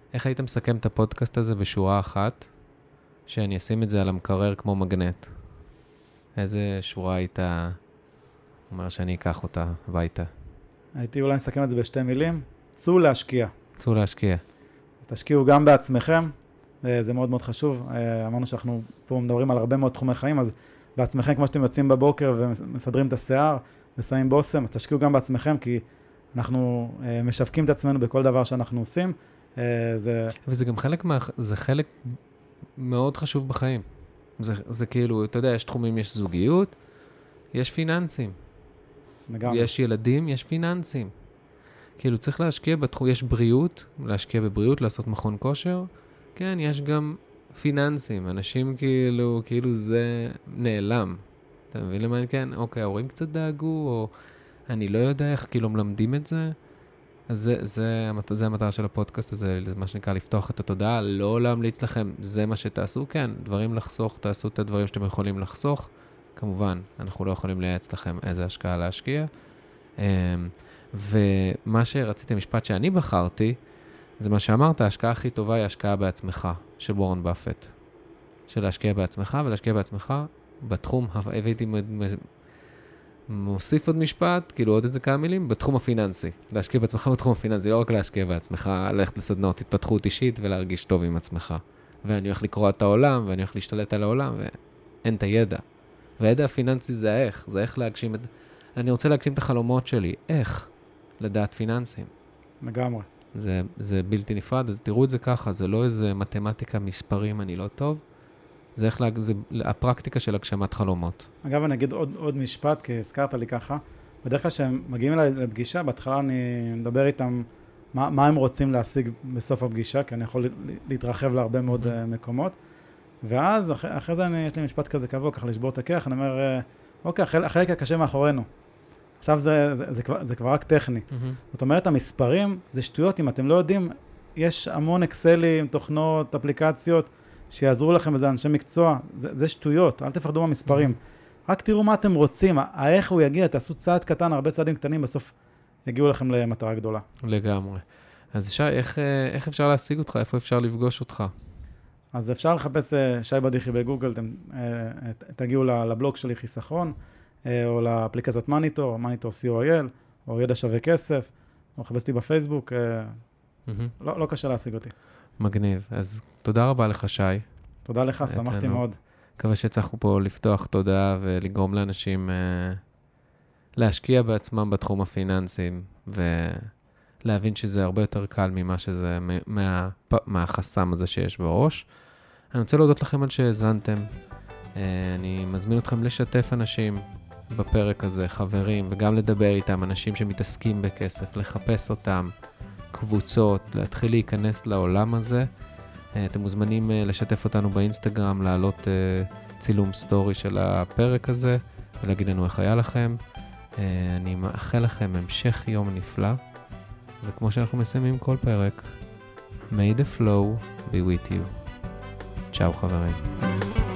איך היית מסכם את הפודקאסט הזה בשורה אחת, שאני אשים את זה על המקרר כמו מגנט? איזה שורה היית אומר שאני אקח אותה הביתה? הייתי אולי מסכם את זה בשתי מילים. צאו להשקיע. צאו להשקיע. תשקיעו גם בעצמכם, זה מאוד מאוד חשוב. אמרנו שאנחנו פה מדברים על הרבה מאוד תחומי חיים, אז בעצמכם, כמו שאתם יוצאים בבוקר ומסדרים את השיער, ושמים בוסם, אז תשקיעו גם בעצמכם, כי אנחנו משווקים את עצמנו בכל דבר שאנחנו עושים. זה... וזה גם חלק, מה... זה חלק מאוד חשוב בחיים. זה, זה כאילו, אתה יודע, יש תחומים, יש זוגיות, יש פיננסים. לגמרי. יש ילדים, יש פיננסים. כאילו, צריך להשקיע בתחום, יש בריאות, להשקיע בבריאות, לעשות מכון כושר. כן, יש גם פיננסים. אנשים כאילו, כאילו זה נעלם. אתה מבין למה? כן, אוקיי, ההורים קצת דאגו, או אני לא יודע איך, כאילו, מלמדים את זה. אז זה, זה, זה המטרה של הפודקאסט הזה, זה מה שנקרא לפתוח את התודעה, לא להמליץ לכם, זה מה שתעשו, כן, דברים לחסוך, תעשו את הדברים שאתם יכולים לחסוך. כמובן, אנחנו לא יכולים לייעץ לכם איזה השקעה להשקיע. ומה שרציתי, משפט שאני בחרתי, זה מה שאמרת, ההשקעה הכי טובה היא השקעה בעצמך, של וורן באפט. של להשקיע בעצמך ולהשקיע בעצמך בתחום, הבאתי מוסיף עוד משפט, כאילו עוד איזה כמה מילים, בתחום הפיננסי. להשקיע בעצמך בתחום הפיננסי, לא רק להשקיע בעצמך, ללכת לסדנות התפתחות אישית ולהרגיש טוב עם עצמך. ואני הולך לקרוא את העולם, ואני הולך להשתלט על העולם, ואין את הידע. והידע הפיננסי זה איך, זה איך להגשים את... אני רוצה להגשים את החלומות שלי, איך לדעת פיננסים. לגמרי. זה, זה בלתי נפרד, אז תראו את זה ככה, זה לא איזה מתמטיקה, מספרים, אני לא טוב. זה איך לה... זה הפרקטיקה של הגשמת חלומות. אגב, אני אגיד עוד, עוד משפט, כי הזכרת לי ככה. בדרך כלל שהם מגיעים אליי לפגישה, בהתחלה אני מדבר איתם מה, מה הם רוצים להשיג בסוף הפגישה, כי אני יכול להתרחב להרבה מאוד mm-hmm. מקומות. ואז אחרי, אחרי זה אני, יש לי משפט כזה קבוע, ככה לשבור את הכיח, אני אומר, אוקיי, החלק הקשה מאחורינו. עכשיו זה, זה, זה, זה, כבר, זה כבר רק טכני. Mm-hmm. זאת אומרת, המספרים זה שטויות, אם אתם לא יודעים, יש המון אקסלים, תוכנות, אפליקציות, שיעזרו לכם איזה אנשי מקצוע, זה, זה שטויות, אל תפחדו מהמספרים. Mm-hmm. רק תראו מה אתם רוצים, איך הוא יגיע, תעשו צעד קטן, הרבה צעדים קטנים, בסוף יגיעו לכם למטרה גדולה. לגמרי. אז שי, איך, איך אפשר להשיג אותך? איפה אפשר לפגוש אותך? אז אפשר לחפש שי בדיחי בגוגל, אתם תגיעו לבלוג שלי חיסכון, או לאפליקציית מניטור, מניטור סי או איי אל, או ידע שווה כסף, או לחפש אותי בפייסבוק, mm-hmm. לא, לא קשה להשיג אותי. מגניב. אז תודה רבה לך, שי. תודה לך, שמחתי מאוד. מקווה שהצלחנו פה לפתוח תודעה ולגרום לאנשים אה, להשקיע בעצמם בתחום הפיננסים, ולהבין שזה הרבה יותר קל ממה שזה, מה, מהחסם הזה שיש בראש. אני רוצה להודות לכם על שהזנתם. אה, אני מזמין אתכם לשתף אנשים בפרק הזה, חברים, וגם לדבר איתם, אנשים שמתעסקים בכסף, לחפש אותם, קבוצות, להתחיל להיכנס לעולם הזה. אתם מוזמנים לשתף אותנו באינסטגרם, לעלות צילום סטורי של הפרק הזה, ולהגיד לנו איך היה לכם. אני מאחל לכם המשך יום נפלא, וכמו שאנחנו מסיימים כל פרק, May the flow be with you. צ'או חברים.